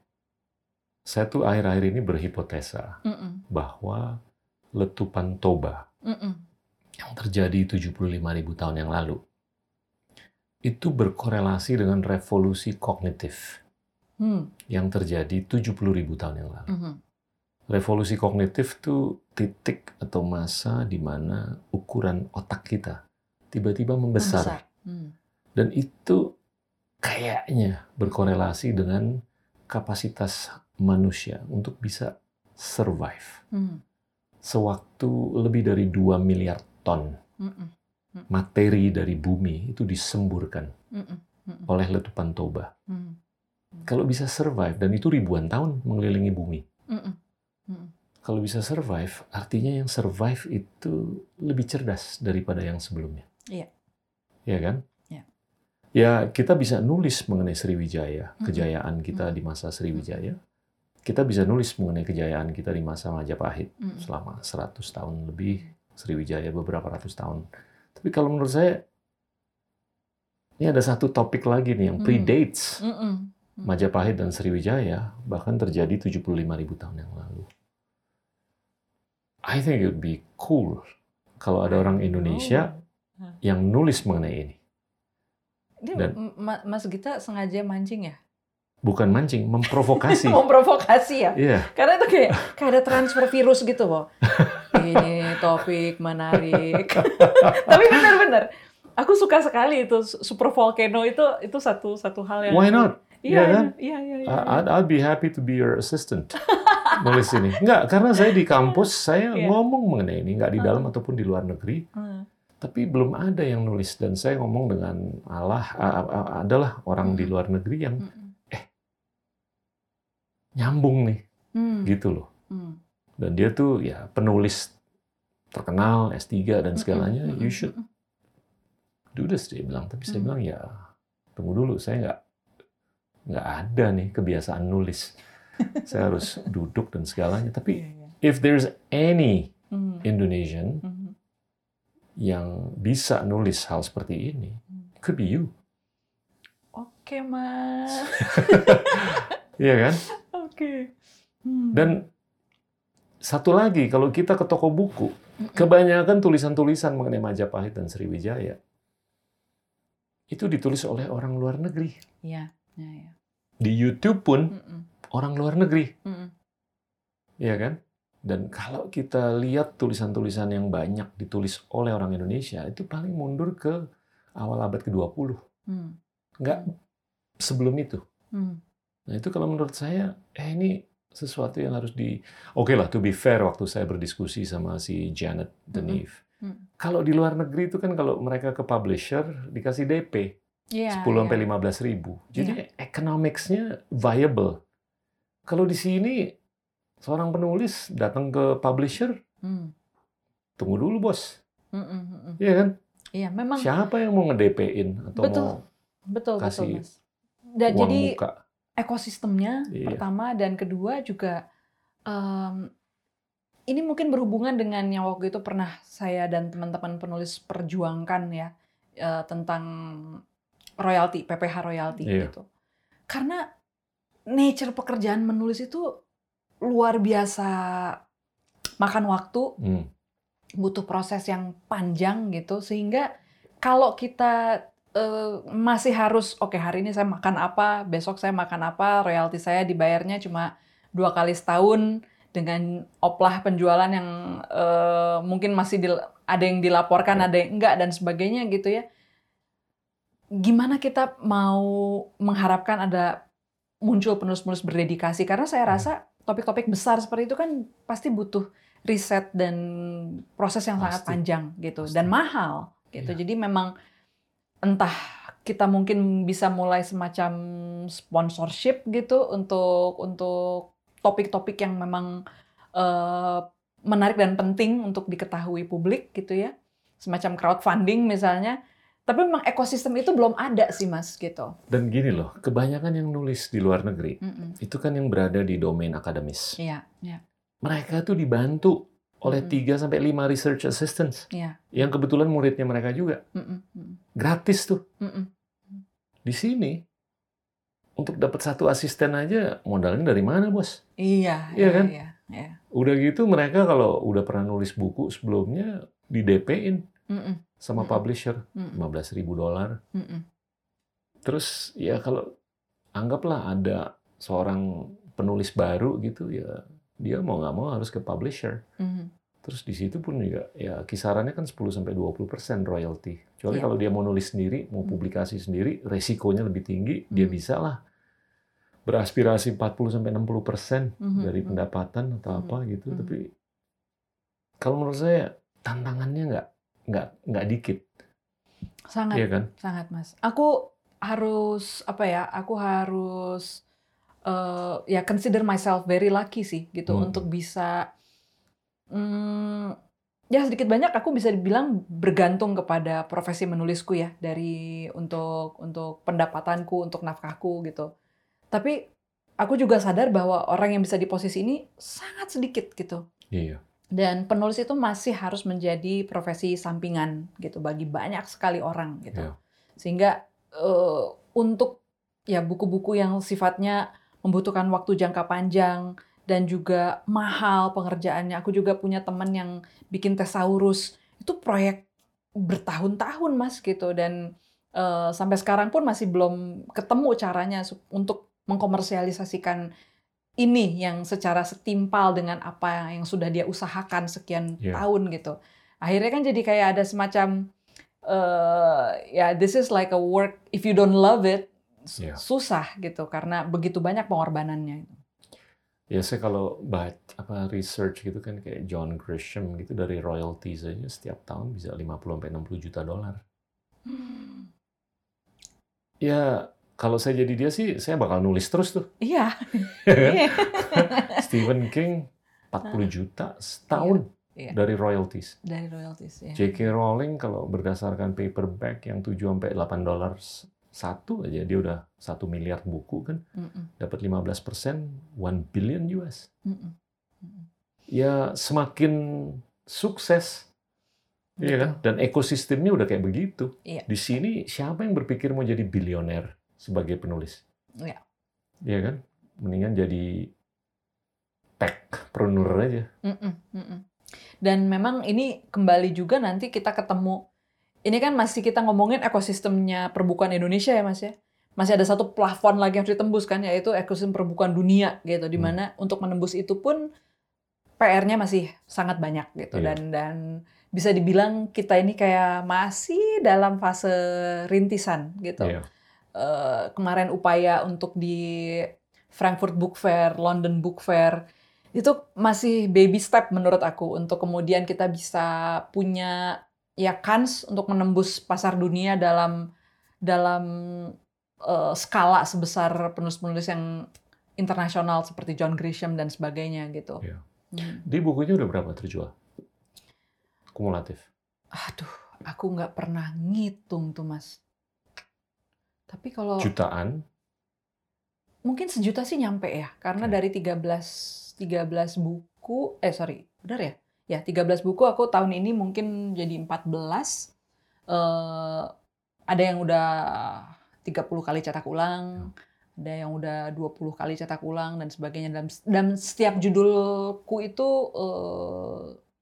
Saya tuh akhir-akhir ini berhipotesa mm-hmm. bahwa letupan Toba mm-hmm. yang terjadi tujuh puluh lima ribu tahun yang lalu itu berkorelasi dengan revolusi kognitif hmm. yang terjadi tujuh puluh ribu tahun yang lalu. Hmm. Revolusi kognitif itu titik atau masa di mana ukuran otak kita tiba-tiba membesar. membesar. Hmm. Dan itu kayaknya berkorelasi dengan kapasitas manusia untuk bisa survive. Hmm. Sewaktu lebih dari dua miliar ton. Hmm. materi dari bumi itu disemburkan mm-mm, mm-mm. oleh letupan Toba. Mm-mm. Kalau bisa survive, dan itu ribuan tahun mengelilingi bumi. Mm-mm. Mm-mm. Kalau bisa survive, artinya yang survive itu lebih cerdas daripada yang sebelumnya. Iya. Iya kan? Iya. Ya, kita bisa nulis mengenai Sriwijaya, mm-mm. kejayaan kita mm-mm. di masa Sriwijaya. Kita bisa nulis mengenai kejayaan kita di masa Majapahit mm-mm. selama seratus tahun lebih, Sriwijaya beberapa ratus tahun. Tapi kalau menurut saya, ini ada satu topik lagi nih yang predates mm. Mm-mm. Majapahit dan Sriwijaya, bahkan terjadi tujuh puluh lima ribu tahun yang lalu. I think it would be cool kalau ada orang Indonesia oh. yang nulis mengenai ini. Ini dan, Mas Gita sengaja mancing ya? Bukan mancing, memprovokasi. Memprovokasi ya? Iya. Karena itu kayak, kayak ada transfer virus gitu loh. Ini topik menarik. Tapi benar-benar, aku suka sekali itu super volcano itu itu satu satu hal yang. Why not? Iya yeah, kan? Iya iya. iya. I'd, I'd be happy to be your assistant nulis ini. Enggak, karena saya di kampus saya yeah. ngomong mengenai ini, nggak di dalam uh. ataupun di luar negeri. Uh. Tapi belum ada yang nulis, dan saya ngomong dengan Allah, uh, uh, adalah orang uh. di luar negeri yang uh. eh nyambung nih, uh. gitu loh. Uh. Dan dia tuh ya penulis terkenal, S tiga dan segalanya, mm-hmm. you should do this, dia bilang. Tapi mm. saya bilang, ya tunggu dulu, saya nggak nggak ada nih kebiasaan nulis. Saya harus duduk dan segalanya. Tapi yeah, yeah. if there's any mm. Indonesian mm-hmm. yang bisa nulis hal seperti ini, mm. could be you. Oke, okay, Mas. Iya kan? Oke. Okay. Hmm. Dan satu lagi, kalau kita ke toko buku, Kebanyakan tulisan-tulisan mengenai Majapahit dan Sriwijaya itu ditulis oleh orang luar negeri. Iya, ya, ya. Di YouTube pun Mm-mm. orang luar negeri. Mm-mm. Iya kan? Dan kalau kita lihat tulisan-tulisan yang banyak ditulis oleh orang Indonesia, itu paling mundur ke awal abad kedua puluh. Mm. Nggak sebelum itu. Mm. Nah itu kalau menurut saya, eh ini sesuatu yang harus di... Oke lah, to be fair, waktu saya berdiskusi sama si Janet Deneve, Mm. kalau di luar negeri itu kan kalau mereka ke publisher, dikasih D P. Iya, sepuluh sampai iya. lima belas ribu. Jadi economics-nya viable. Kalau di sini seorang penulis datang ke publisher, Mm. tunggu dulu bos, Mm-mm, mm-mm. iya kan? Iya, memang Siapa yang mau nge-D P-in atau betul, mau betul, betul, kasih Mas. Dan uang jadi muka? ekosistemnya Iya. pertama dan kedua juga em, ini mungkin berhubungan dengan yang waktu itu pernah saya dan teman-teman penulis perjuangkan ya eh, tentang royalti, P P H royalti Iya. gitu. Karena nature pekerjaan menulis itu luar biasa makan waktu, Hmm. butuh proses yang panjang gitu sehingga kalau kita eh, masih harus oke hari ini saya makan apa, besok saya makan apa, royalti saya dibayarnya cuma dua kali setahun dengan oplah penjualan yang eh, mungkin masih dil- ada yang dilaporkan, Ya. ada yang enggak dan sebagainya gitu ya. Gimana kita mau mengharapkan ada muncul penulis-penulis berdedikasi karena saya Ya. rasa topik-topik besar seperti itu kan pasti butuh riset dan proses yang sangat Pasti. panjang gitu Pasti. dan mahal gitu. Iya. Jadi memang entah kita mungkin bisa mulai semacam sponsorship gitu untuk untuk topik-topik yang memang eh, menarik dan penting untuk diketahui publik gitu ya. Semacam crowdfunding misalnya. Tapi memang ekosistem itu belum ada sih Mas gitu. Dan gini loh, kebanyakan yang nulis di luar negeri, Mm-mm. itu kan yang berada di domain akademis. Iya, iya, Mereka tuh dibantu oleh Mm-mm. tiga sampai lima research assistants, iya. yang kebetulan muridnya mereka juga. Mm-mm, mm-mm, Gratis tuh. mm-mm. Di sini, untuk dapat satu asisten aja, modalnya dari mana, bos? Iya, Iya kan? Iya, iya. Udah gitu mereka kalau udah pernah nulis buku sebelumnya, di D P-in Mm-mm, sama Mm-mm. publisher, mm-mm, lima belas ribu dolar. mm-mm. Terus ya kalau anggaplah ada seorang penulis baru gitu, ya dia mau nggak mau harus ke publisher. Mhm. Terus di situ pun juga ya kisarannya kan sepuluh sampai dua puluh persen royalti. Kecuali Iya. kalau dia mau nulis sendiri, mau Hmm. publikasi sendiri, resikonya lebih tinggi, dia Hmm. bisa lah beraspirasi empat puluh sampai enam puluh persen Mhm, dari mhm. pendapatan atau Mhm, apa gitu. mhm. Tapi kalau menurut saya tantangannya nggak nggak nggak dikit, Sangat, iya kan? sangat Mas. Aku harus apa ya? Aku harus eh, ya consider myself very lucky sih gitu Hmm. untuk bisa mm, ya sedikit banyak aku bisa dibilang bergantung kepada profesi menulisku ya dari untuk untuk pendapatanku, untuk nafkahku gitu. Tapi aku juga sadar bahwa orang yang bisa di posisi ini sangat sedikit gitu. Iya. Dan penulis itu masih harus menjadi profesi sampingan gitu bagi banyak sekali orang gitu. Iya. Sehingga eh, untuk ya buku-buku yang sifatnya membutuhkan waktu jangka panjang dan juga mahal pengerjaannya. Aku juga punya teman yang bikin thesaurus. Itu proyek bertahun-tahun Mas gitu dan eh, sampai sekarang pun masih belum ketemu caranya sup- untuk mengkomersialisasikan ini yang secara setimpal dengan apa yang sudah dia usahakan sekian Iya. tahun gitu. Akhirnya kan jadi kayak ada semacam eh ya this is like a work if you don't love it s- Iya. susah gitu karena begitu banyak pengorbanannya. Ya saya kalau baca apa research gitu kan kayak John Grisham gitu dari royalties aja setiap tahun bisa lima puluh sampai enam puluh juta dolar. Hmm. Ya kalau saya jadi dia sih saya bakal nulis terus tuh. Iya. Iya kan? Stephen King empat puluh juta setahun Iya. dari royalties. Dari royalties ya. J K Rowling kalau berdasarkan paperback yang tujuh sampai delapan dolar satu aja dia udah satu miliar buku kan Mm-mm. dapat lima belas persen one billion U S. Mm-mm. Mm-mm. Ya semakin sukses, iya kan? Betul. Dan ekosistemnya udah kayak begitu. Iya. Di sini siapa yang berpikir mau jadi bilioner sebagai penulis? Iya. Iya kan? Mendingan jadi techpreneur aja. Mm-mm. Mm-mm. Dan memang ini kembali juga nanti kita ketemu, ini kan masih kita ngomongin ekosistemnya perbukuan Indonesia ya Mas ya. Masih ada satu plafon lagi yang harus ditembus kan, yaitu ekosistem perbukuan dunia gitu. Hmm. Dimana untuk menembus itu pun P R-nya masih sangat banyak gitu. Iya. Dan dan bisa dibilang kita ini kayak masih dalam fase rintisan gitu. Iya. Eh, kemarin upaya untuk di Frankfurt Book Fair, London Book Fair, itu masih baby step menurut aku untuk kemudian kita bisa punya ya kans untuk menembus pasar dunia dalam dalam eh, skala sebesar penulis-penulis yang internasional seperti John Grisham dan sebagainya gitu. Iya. Hmm. Di bukunya udah berapa terjual? Kumulatif. Aduh, aku nggak pernah ngitung tuh Mas. Tapi kalau Jutaan? mungkin sejuta sih nyampe ya, karena Oke. dari tiga belas tiga belas buku, eh sorry, benar ya? Ya, tiga belas buku aku tahun ini mungkin jadi empat belas. Eh, ada yang udah tiga puluh kali cetak ulang, ada yang udah dua puluh kali cetak ulang dan sebagainya. Dan, dan setiap judulku itu eh,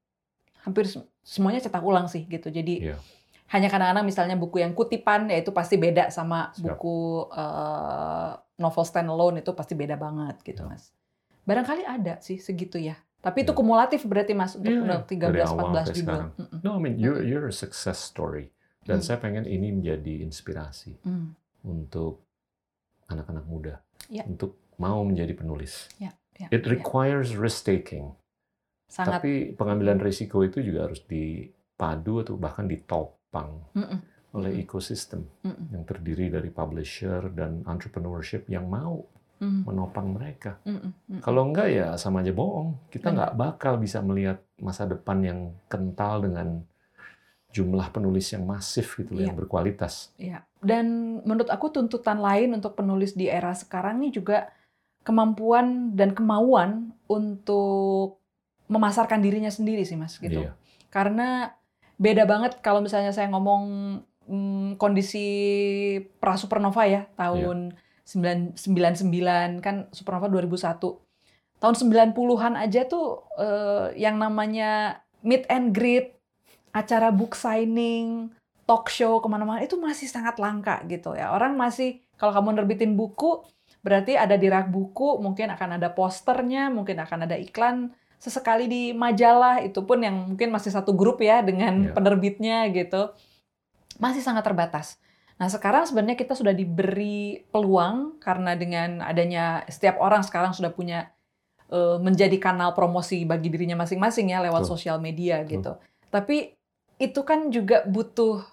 hampir sem- semuanya cetak ulang sih gitu. Jadi Iya. hanya kadang-kadang misalnya buku yang kutipan ya itu pasti beda sama Siap. buku eh, novel standalone, itu pasti beda banget gitu Ya. Mas. Barangkali ada sih segitu ya. Tapi itu Ya. kumulatif berarti Mas untuk Iya, tiga dari belas awal empat belas sampai judul. sekarang. Mm-mm. No, I mean you're Mm-mm. you're a success story. Dan Hmm. saya pengen ini menjadi inspirasi Mm. untuk anak-anak muda Ya. untuk mau menjadi penulis. Ya, ya, It ya. requires risk taking. Sangat. Tapi pengambilan risiko itu juga harus dipadu atau bahkan ditopang Mm-mm. oleh Mm-mm. ekosistem Mm-mm. yang terdiri dari publisher dan entrepreneurship yang mau Mm. menopang mereka. Mm-mm. Mm-mm. Kalau enggak ya sama aja bohong. Kita Benar. nggak bakal bisa melihat masa depan yang kental dengan jumlah penulis yang masif gitu loh, Iya. yang berkualitas. Ya. Dan menurut aku tuntutan lain untuk penulis di era sekarang ini juga kemampuan dan kemauan untuk memasarkan dirinya sendiri sih Mas gitu. Iya. Karena beda banget kalau misalnya saya ngomong hmm, kondisi pra Supernova ya tahun sembilan sembilan sembilan kan Supernova dua ribu satu. Tahun sembilan puluhan aja tuh eh, yang namanya meet and greet, acara book signing, talk show kemana-mana itu masih sangat langka gitu ya. Orang masih, kalau kamu nerbitin buku, berarti ada di rak buku, mungkin akan ada posternya, mungkin akan ada iklan, sesekali di majalah, itu pun yang mungkin masih satu grup ya dengan Iya. penerbitnya gitu. Masih sangat terbatas. Nah sekarang sebenarnya kita sudah diberi peluang, karena dengan adanya setiap orang sekarang sudah punya eh, menjadi kanal promosi bagi dirinya masing-masing ya lewat Betul. sosial media Betul. gitu. Tapi itu kan juga butuh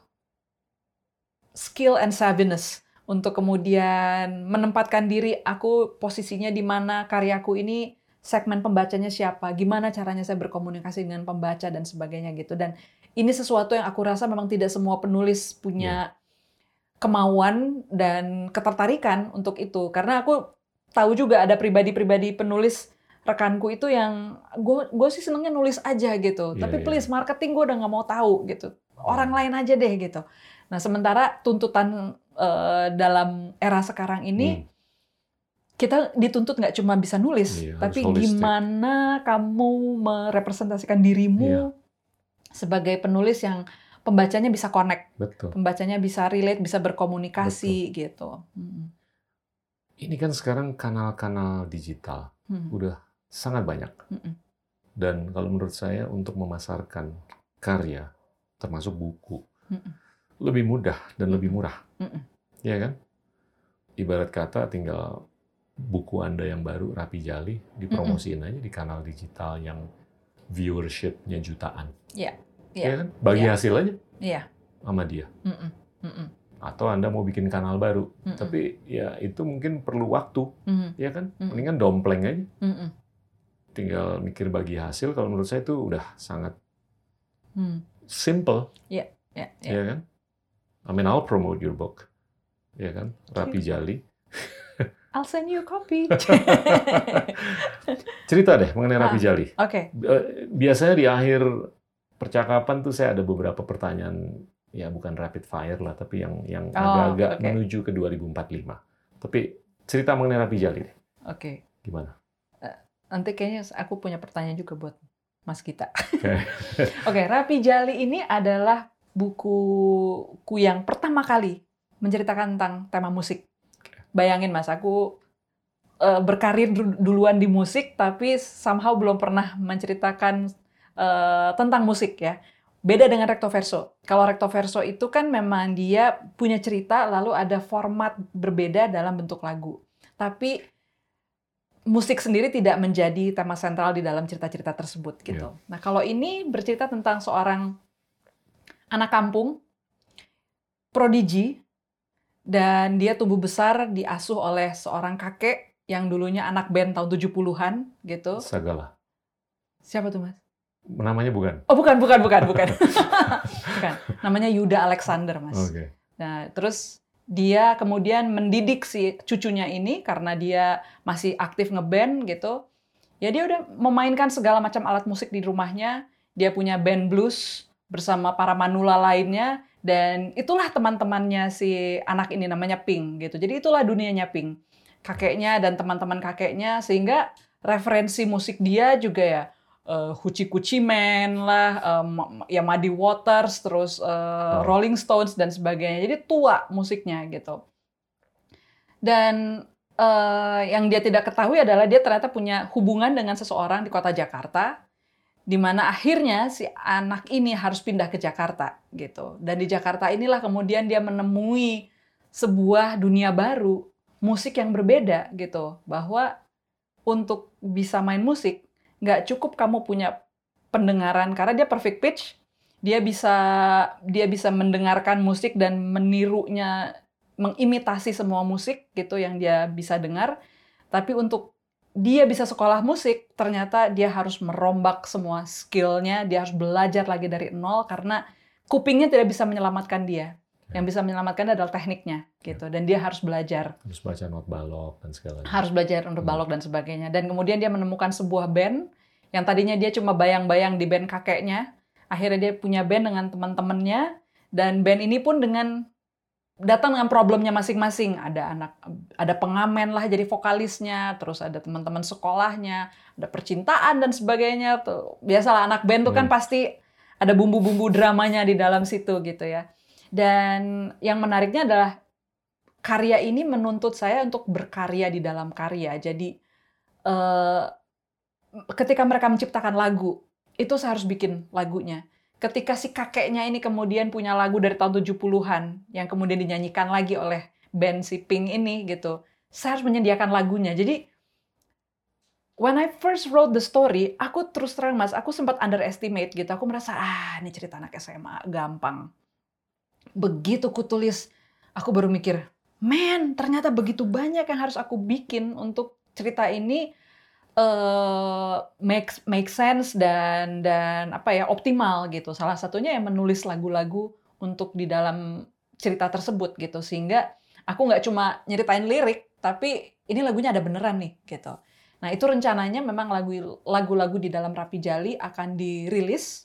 skill and savviness untuk kemudian menempatkan diri, aku posisinya di mana, karyaku ini segmen pembacanya siapa, gimana caranya saya berkomunikasi dengan pembaca dan sebagainya gitu. Dan ini sesuatu yang aku rasa memang tidak semua penulis punya kemauan dan ketertarikan untuk itu. Karena aku tahu juga ada pribadi-pribadi penulis rekanku itu yang gue gue sih senengnya nulis aja gitu. Iya, Tapi iya. please marketing gue udah nggak mau tahu gitu. Orang Hmm. lain aja deh gitu. Nah sementara tuntutan eh, dalam era sekarang ini Hmm. kita dituntut nggak cuma bisa nulis, Iya, harus tapi holistic. gimana kamu merepresentasikan dirimu Iya. sebagai penulis yang pembacanya bisa connect, Betul. pembacanya bisa relate, bisa berkomunikasi gitu. Hmm. Ini kan sekarang kanal-kanal digital Hmm. udah sangat banyak. Mm-mm. Dan kalau menurut saya untuk memasarkan karya, termasuk buku, Mm-mm. lebih mudah dan lebih Mm-mm. murah. Mm-mm. Ya kan? Ibarat kata tinggal buku Anda yang baru, Rapi Jali, dipromosiin aja di kanal digital yang viewership-nya jutaan. Iya. Ya Iya. kan? Bagi Iya. hasil aja Iya. sama dia. Mm-mm. Mm-mm. Atau Anda mau bikin kanal baru. Mm-mm. Tapi ya itu mungkin perlu waktu. Mm-mm. Ya kan? Mm-mm. Mendingan dompleng aja. Mm-mm. Tinggal mikir bagi hasil, kalau menurut saya itu udah sangat Mm. simple. Iya. Iya. Iya. Ya kan? I mean, I'll promote your book. Ya kan? Rapi Jali. I'll send you a copy. Cerita deh mengenai Rapi Ah. Jali. Oke. Eh, Biasanya di akhir percakapan tuh saya ada beberapa pertanyaan, ya bukan rapid fire lah, tapi yang yang Oh, agak-agak oke. menuju ke dua ribu empat puluh lima. Tapi cerita mengenai Rapi Jali deh. Oke. Gimana? Nanti kayaknya aku punya pertanyaan juga buat Mas Gita. Oke. Oke, Rapi Jali ini adalah bukuku yang pertama kali menceritakan tentang tema musik. Bayangin Mas, aku uh, berkarir duluan di musik, tapi somehow belum pernah menceritakan uh, tentang musik ya. Beda dengan Recto Verso. Kalau Recto Verso itu kan memang dia punya cerita, lalu ada format berbeda dalam bentuk lagu. Tapi musik sendiri tidak menjadi tema sentral di dalam cerita-cerita tersebut gitu. Yeah. Nah, kalau ini bercerita tentang seorang anak kampung, prodigi, dan dia tumbuh besar diasuh oleh seorang kakek yang dulunya anak band tahun tujuh puluhan gitu. Sagala. Siapa tuh, Mas? Namanya bukan? Oh, bukan, bukan, bukan, bukan. Bukan. Namanya Yuda Alexander, Mas. Okay. Nah, terus dia kemudian mendidik si cucunya ini karena dia masih aktif ngeband gitu. Ya dia udah memainkan segala macam alat musik di rumahnya. Dia punya band blues bersama para manula lainnya. Dan itulah teman-temannya si anak ini, namanya Pink gitu. Jadi itulah dunianya Pink. Kakeknya dan teman-teman kakeknya, sehingga referensi musik dia juga ya uh, Hoochie Coochie Man lah, um, ya Muddy Waters, terus uh, wow. Rolling Stones dan sebagainya. Jadi tua musiknya gitu. Dan uh, yang dia tidak ketahui adalah dia ternyata punya hubungan dengan seseorang di kota Jakarta, di mana akhirnya si anak ini harus pindah ke Jakarta gitu. Dan di Jakarta inilah kemudian dia menemui sebuah dunia baru, musik yang berbeda gitu. Bahwa untuk bisa main musik, nggak cukup kamu punya pendengaran, karena dia perfect pitch, dia bisa dia bisa mendengarkan musik dan menirunya, mengimitasi semua musik gitu yang dia bisa dengar. Tapi untuk dia bisa sekolah musik, ternyata dia harus merombak semua skill-nya, dia harus belajar lagi dari nol karena kupingnya tidak bisa menyelamatkan dia. Yang bisa menyelamatkan adalah tekniknya gitu, dan dia harus belajar. Harus baca not balok dan segala macam. Harus belajar untuk balok dan sebagainya. Dan kemudian dia menemukan sebuah band yang tadinya dia cuma bayang-bayang di band kakeknya. Akhirnya dia punya band dengan teman-temannya, dan band ini pun dengan datang dengan problemnya masing-masing. Ada anak, ada pengamen lah jadi vokalisnya, terus ada teman-teman sekolahnya, ada percintaan dan sebagainya. Tuh biasalah anak band tuh kan hmm. pasti ada bumbu-bumbu dramanya di dalam situ gitu ya. Dan yang menariknya adalah karya ini menuntut saya untuk berkarya di dalam karya. Jadi eh, ketika mereka menciptakan lagu, itu saya harus bikin lagunya. Ketika si kakeknya ini kemudian punya lagu dari tahun tujuh puluhan yang kemudian dinyanyikan lagi oleh band si Pink ini gitu, saya harus menyediakan lagunya. Jadi when I first wrote the story, aku terus terang Mas, aku sempat underestimate gitu. Aku merasa ah ini cerita anak S M A gampang. Begitu kutulis, aku baru mikir, man ternyata begitu banyak yang harus aku bikin untuk cerita ini Uh, make make sense dan dan apa ya optimal gitu. Salah satunya yang menulis lagu-lagu untuk di dalam cerita tersebut gitu, sehingga aku nggak cuma nyeritain lirik, tapi ini lagunya ada beneran nih gitu. Nah itu rencananya memang lagu lagu-lagu di dalam Rapi Jali akan dirilis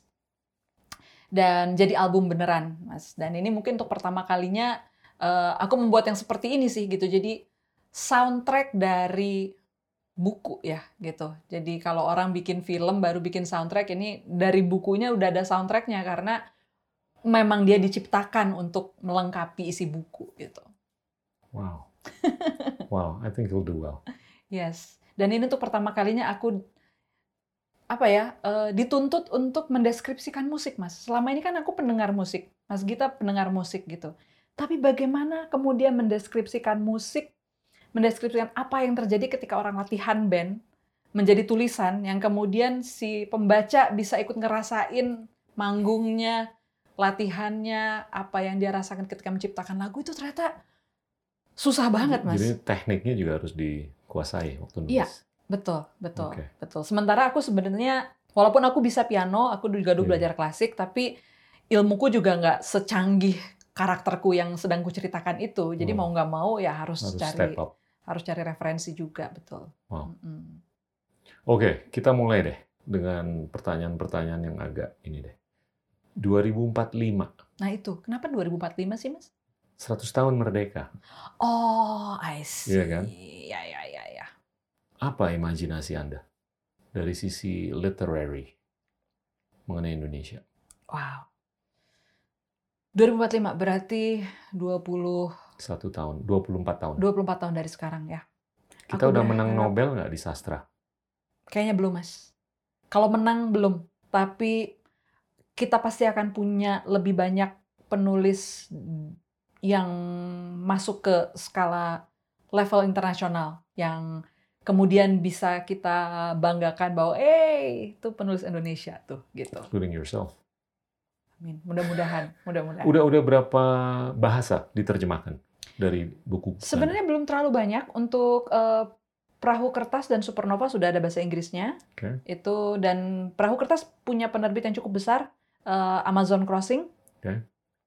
dan jadi album beneran, Mas. Dan ini mungkin untuk pertama kalinya uh, aku membuat yang seperti ini sih gitu. Jadi soundtrack dari buku ya gitu. Jadi kalau orang bikin film baru bikin soundtrack, ini dari bukunya udah ada soundtracknya karena memang dia diciptakan untuk melengkapi isi buku gitu. Wow, wow, I think you'll do well. Yes, dan ini untuk pertama kalinya aku apa ya uh, dituntut untuk mendeskripsikan musik, Mas. Selama ini kan aku pendengar musik, Mas Gita pendengar musik gitu. Tapi bagaimana kemudian mendeskripsikan musik, mendeskripsikan apa yang terjadi ketika orang latihan band menjadi tulisan yang kemudian si pembaca bisa ikut ngerasain manggungnya, latihannya, apa yang dia rasakan ketika menciptakan lagu, itu ternyata susah banget, Mas. Jadi tekniknya juga harus dikuasai waktu nulis. Iya, betul, betul, okay. betul. Sementara aku sebenarnya, walaupun aku bisa piano, aku juga dulu yeah. belajar klasik, tapi ilmuku juga nggak secanggih karakterku yang sedang kuceritakan itu. Jadi wow. mau nggak mau ya harus, harus cari harus cari referensi juga, betul. Wow. Mm-hmm. Oke, okay, kita mulai deh dengan pertanyaan-pertanyaan yang agak ini deh. dua ribu empat puluh lima. Nah itu, kenapa dua ribu empat puluh lima sih, Mas? seratus tahun merdeka. Oh, I see. Iya kan? Ya, ya, ya, ya. Apa imajinasi Anda dari sisi literary? mengenai Indonesia? Wow. dua ribu empat puluh lima berarti dua puluh Satu tahun, dua puluh empat tahun. dua puluh empat tahun dari sekarang ya. Kita Aku udah menang berharap- Nobel nggak di sastra? Kayaknya belum, Mas. Kalau menang belum, tapi kita pasti akan punya lebih banyak penulis yang masuk ke skala level internasional yang kemudian bisa kita banggakan bahwa eh itu penulis Indonesia tuh gitu. Including yourself. Amin. Mudah-mudahan, mudah-mudahan. Udah udah berapa bahasa diterjemahkan dari buku? Sebenarnya belum terlalu banyak untuk eh, Perahu Kertas dan Supernova sudah ada bahasa Inggrisnya. Oke. Itu dan Perahu Kertas punya penerbit yang cukup besar, eh, Amazon Crossing. Oke.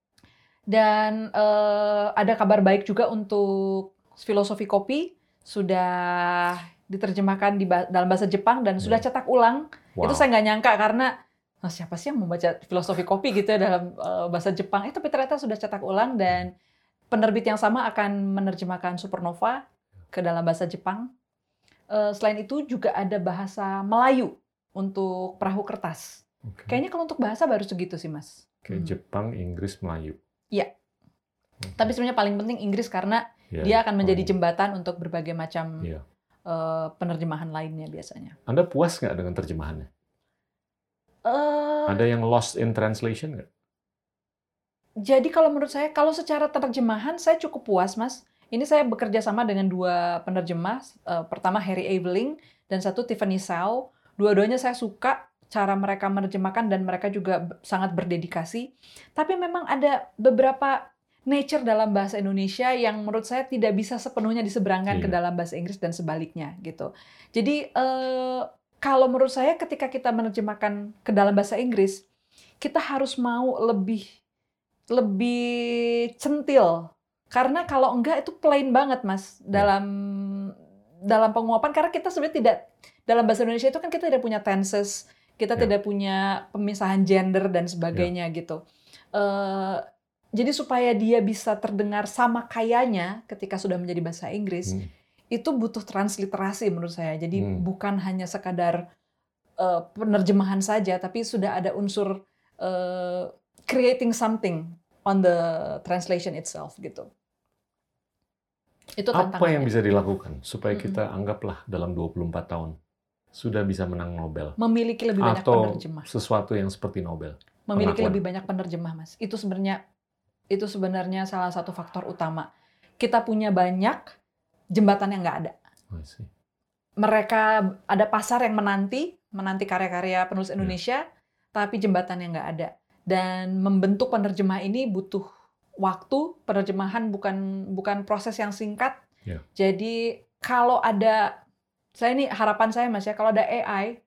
Dan eh, ada kabar baik juga untuk Filosofi Kopi sudah diterjemahkan di ba- dalam bahasa Jepang dan sudah cetak ulang. Wow. Itu saya nggak nyangka karena oh, siapa sih yang membaca Filosofi Kopi gitu ya dalam eh, bahasa Jepang. Eh, tapi ternyata sudah cetak ulang dan penerbit yang sama akan menerjemahkan Supernova ke dalam bahasa Jepang. Eh, selain itu juga ada bahasa Melayu untuk Perahu Kertas. Oke. Kayaknya kalau untuk bahasa baru segitu sih, Mas. Oke, Hmm. Jepang, Inggris, Melayu. Iya. Oke. Tapi sebenarnya paling penting Inggris karena Ya, dia akan menjadi paling- jembatan untuk berbagai macam Iya. eh, penerjemahan lainnya biasanya. Anda puas nggak dengan terjemahannya? Eh, Ada yang lost in translation nggak? jadi kalau menurut saya, kalau secara terjemahan saya cukup puas, Mas. Ini saya bekerja sama dengan dua penerjemah. Eh, pertama Harry Aveling dan satu Tiffany Sao. Dua-duanya saya suka cara mereka menerjemahkan dan mereka juga b- sangat berdedikasi. Tapi memang ada beberapa nature dalam bahasa Indonesia yang menurut saya tidak bisa sepenuhnya diseberangkan ke Iya. dalam bahasa Inggris dan sebaliknya gitu. Jadi eh, kalau menurut saya ketika kita menerjemahkan ke dalam bahasa Inggris, kita harus mau lebih lebih centil. Karena kalau enggak itu plain banget, Mas, dalam dalam penguapan karena kita sebenarnya tidak dalam bahasa Indonesia itu kan kita tidak punya tenses, kita Ya. tidak punya pemisahan gender dan sebagainya gitu. Eh, jadi supaya dia bisa terdengar sama kayanya ketika sudah menjadi bahasa Inggris, Hmm. itu butuh transliterasi menurut saya. Jadi Hmm. bukan hanya sekadar eh, penerjemahan saja, tapi sudah ada unsur eh, creating something on the translation itself gitu. Itu Apa tantangannya. yang bisa dilakukan supaya Mm-mm. kita anggaplah dalam dua puluh empat tahun sudah bisa menang Nobel? Memiliki lebih banyak Atau penerjemah. sesuatu yang seperti Nobel? Memiliki pengakuan. lebih banyak penerjemah, Mas. Itu sebenarnya itu sebenarnya salah satu faktor utama. Kita punya banyak jembatan yang nggak ada. I see. Mereka ada pasar yang menanti, menanti karya-karya penulis Indonesia, tapi jembatan yang nggak ada. Dan membentuk penerjemah ini butuh waktu. Penerjemahan bukan bukan proses yang singkat. Ya. Jadi kalau ada, saya ini harapan saya, Mas, ya, kalau ada A I,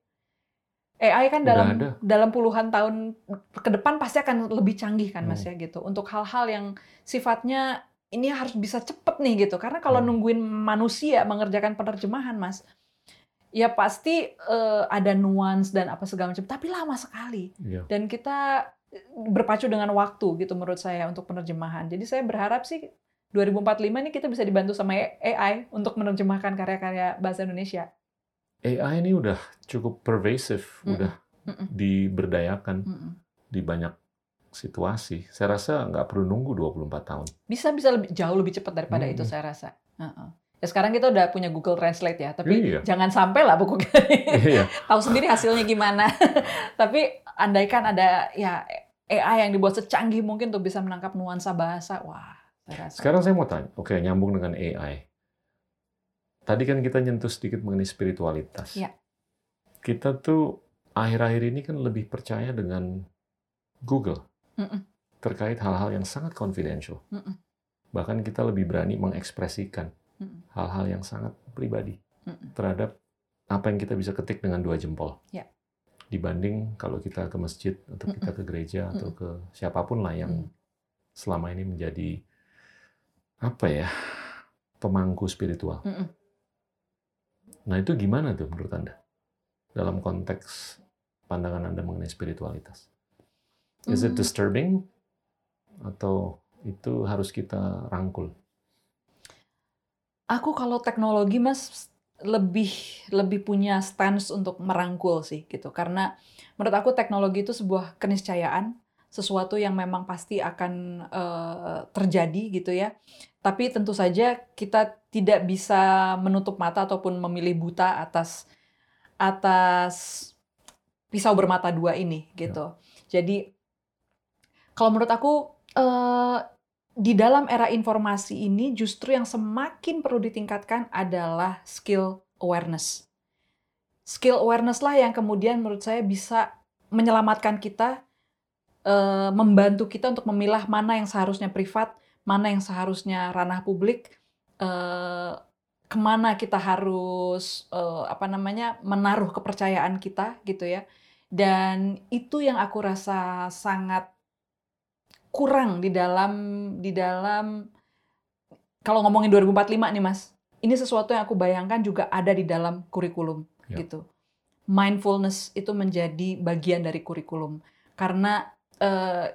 A I kan Udah dalam ada. dalam puluhan tahun ke depan pasti akan lebih canggih kan, Mas, Hmm. ya gitu. Untuk hal-hal yang sifatnya ini harus bisa cepet nih gitu. Karena kalau Hmm. nungguin manusia mengerjakan penerjemahan, Mas, ya pasti eh, ada nuance dan apa segala macam, tapi lama sekali. Iya. Dan kita berpacu dengan waktu gitu menurut saya untuk penerjemahan. Jadi saya berharap sih dua ribu empat puluh lima ini kita bisa dibantu sama A I untuk menerjemahkan karya-karya bahasa Indonesia. A I ini udah cukup pervasif, Mm-mm. udah Mm-mm. diberdayakan Mm-mm. di banyak situasi. Saya rasa nggak perlu nunggu dua puluh empat tahun. Bisa bisa lebih jauh lebih cepat daripada Hmm. itu saya rasa. Heeh. Ya sekarang kita udah punya Google Translate ya, tapi Iya. jangan sampai lah buku kita ini Iya. tahu sendiri hasilnya gimana. Tapi andaikan ada ya A I yang dibuat secanggih mungkin untuk bisa menangkap nuansa bahasa, wah, saya rasa. Sekarang saya mau tanya, oke, nyambung dengan A I. Tadi kan kita nyentuh sedikit mengenai spiritualitas. Iya. Kita tuh akhir-akhir ini kan lebih percaya dengan Google Mm-mm. terkait hal-hal yang sangat confidential. Mm-mm. Bahkan kita lebih berani mengekspresikan Mm-mm. hal-hal yang sangat pribadi Mm-mm. terhadap apa yang kita bisa ketik dengan dua jempol. Ya. Dibanding kalau kita ke masjid atau kita ke gereja atau ke siapapun lah yang Mm. selama ini menjadi apa ya, pemangku spiritual. Mm-mm. Nah, itu gimana tuh menurut Anda? Dalam konteks pandangan Anda mengenai spiritualitas. Is it Hmm. disturbing? Atau itu harus kita rangkul? Aku kalau teknologi, Mas, lebih lebih punya stance untuk merangkul sih gitu. Karena menurut aku teknologi itu sebuah keniscayaan, sesuatu yang memang pasti akan uh, terjadi gitu ya. Tapi tentu saja kita tidak bisa menutup mata ataupun memilih buta atas atas pisau bermata dua ini gitu. Ya. Jadi kalau menurut aku uh, di dalam era informasi ini justru yang semakin perlu ditingkatkan adalah skill awareness. Skill awareness lah yang kemudian menurut saya bisa menyelamatkan kita, uh, membantu kita untuk memilah mana yang seharusnya privat, mana yang seharusnya ranah publik, uh, kemana kita harus uh, apa namanya menaruh kepercayaan kita gitu ya. Dan itu yang aku rasa sangat kurang di dalam di dalam kalau ngomongin dua ribu empat puluh lima nih Mas, ini sesuatu yang aku bayangkan juga ada di dalam kurikulum ya. Gitu. Mindfulness itu menjadi bagian dari kurikulum karena eh,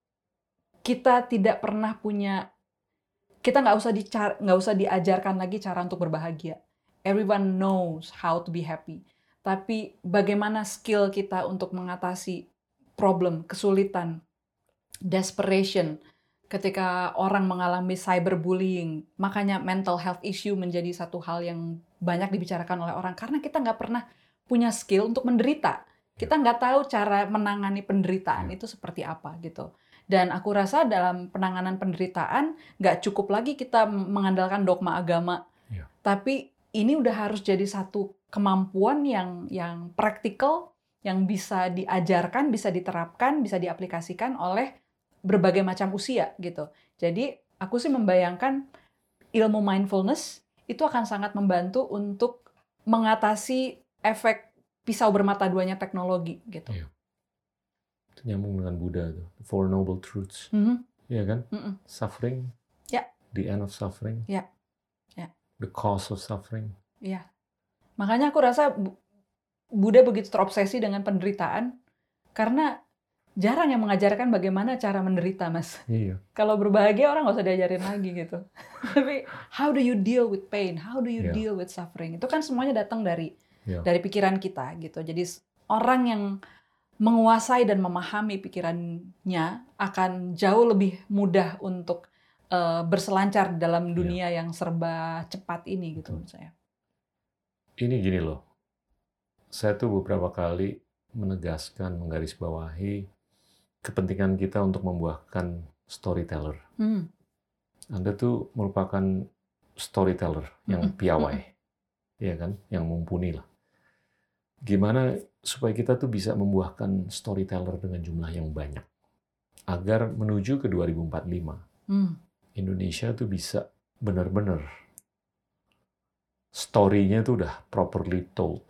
kita tidak pernah punya, kita nggak usah dicar, nggak usah diajarkan lagi cara untuk berbahagia. Everyone knows how to be happy. Tapi bagaimana skill kita untuk mengatasi problem, kesulitan, desperation, ketika orang mengalami cyberbullying, makanya mental health issue menjadi satu hal yang banyak dibicarakan oleh orang karena kita nggak pernah punya skill untuk menderita. Kita nggak tahu cara menangani penderitaan itu seperti apa gitu. Dan aku rasa dalam penanganan penderitaan nggak cukup lagi kita mengandalkan dogma agama, ya. Tapi ini udah harus jadi satu kemampuan yang yang praktikal, yang bisa diajarkan, bisa diterapkan, bisa diaplikasikan oleh berbagai macam usia gitu. Jadi aku sih membayangkan ilmu mindfulness itu akan sangat membantu untuk mengatasi efek pisau bermata duanya teknologi gitu. Iya. Itu nyambung dengan Buddha tuh, Four Noble Truths. Mm-hmm. Iya kan? Mm-mm. Suffering. Ya. The end of suffering. Ya. Ya. The cause of suffering. Iya. Makanya aku rasa Buddha begitu terobsesi dengan penderitaan karena jarang yang mengajarkan bagaimana cara menderita, Mas. Iya. Kalau berbahagia orang nggak usah diajarin lagi gitu. Tapi how do you deal with pain? How do you yeah. deal with suffering? Itu kan semuanya datang dari yeah. dari pikiran kita gitu. Jadi orang yang menguasai dan memahami pikirannya akan jauh lebih mudah untuk uh, berselancar dalam dunia yeah. yang serba cepat ini gitu menurut saya. Ini gini loh. Saya tuh beberapa kali menegaskan, menggarisbawahi kepentingan kita untuk membuahkan storyteller. Hmm. Anda tuh merupakan storyteller yang piawai, hmm. ya kan, yang mumpuni lah. Gimana supaya kita tuh bisa membuahkan storyteller dengan jumlah yang banyak, agar menuju ke dua ribu empat puluh lima, hmm. Indonesia tuh bisa benar-benar story-nya tuh udah properly told.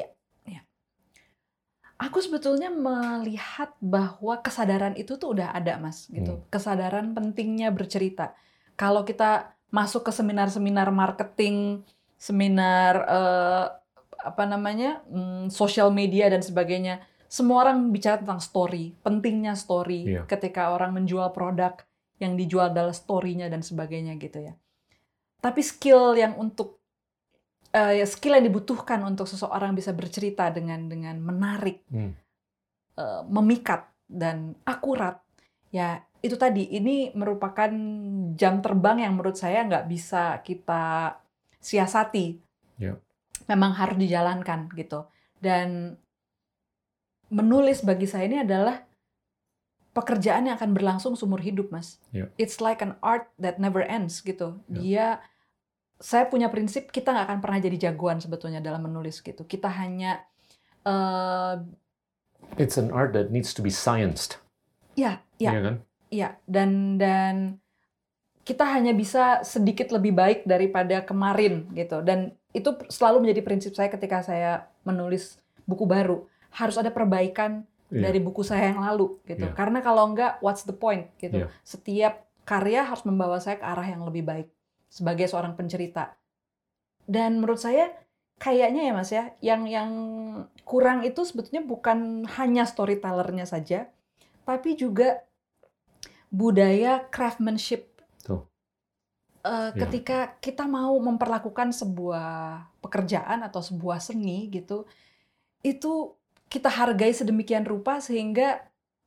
Aku sebetulnya melihat bahwa kesadaran itu tuh udah ada, Mas, gitu. Hmm. Kesadaran pentingnya bercerita. Kalau kita masuk ke seminar-seminar marketing, seminar eh, apa namanya, hmm, social media dan sebagainya, semua orang bicara tentang story, pentingnya story. Yeah. Ketika orang menjual produk, yang dijual adalah story-nya dan sebagainya gitu ya. Tapi skill yang untuk Uh, skill yang dibutuhkan untuk seseorang bisa bercerita dengan dengan menarik, hmm. uh, memikat dan akurat, ya itu tadi ini merupakan jam terbang yang menurut saya nggak bisa kita siasati, yeah. memang harus dijalankan gitu. Dan menulis bagi saya ini adalah pekerjaan yang akan berlangsung seumur hidup, Mas. Yeah. It's like an art that never ends gitu. Yeah. Dia Saya punya prinsip kita nggak akan pernah jadi jagoan sebetulnya dalam menulis gitu. Kita hanya uh, It's an art that needs to be scienced. Ya, ya, iya kan? Ya. Dan dan kita hanya bisa sedikit lebih baik daripada kemarin gitu. Dan itu selalu menjadi prinsip saya ketika saya menulis buku baru. Harus ada perbaikan yeah. dari buku saya yang lalu gitu. Yeah. Karena kalau enggak, what's the point gitu. Yeah. Setiap karya harus membawa saya ke arah yang lebih baik sebagai seorang pencerita. Dan menurut saya kayaknya ya Mas ya, yang yang kurang itu sebetulnya bukan hanya storytellernya saja, tapi juga budaya craftsmanship. Tuh. uh, Ya. ketika kita mau memperlakukan sebuah pekerjaan atau sebuah seni gitu, itu kita hargai sedemikian rupa sehingga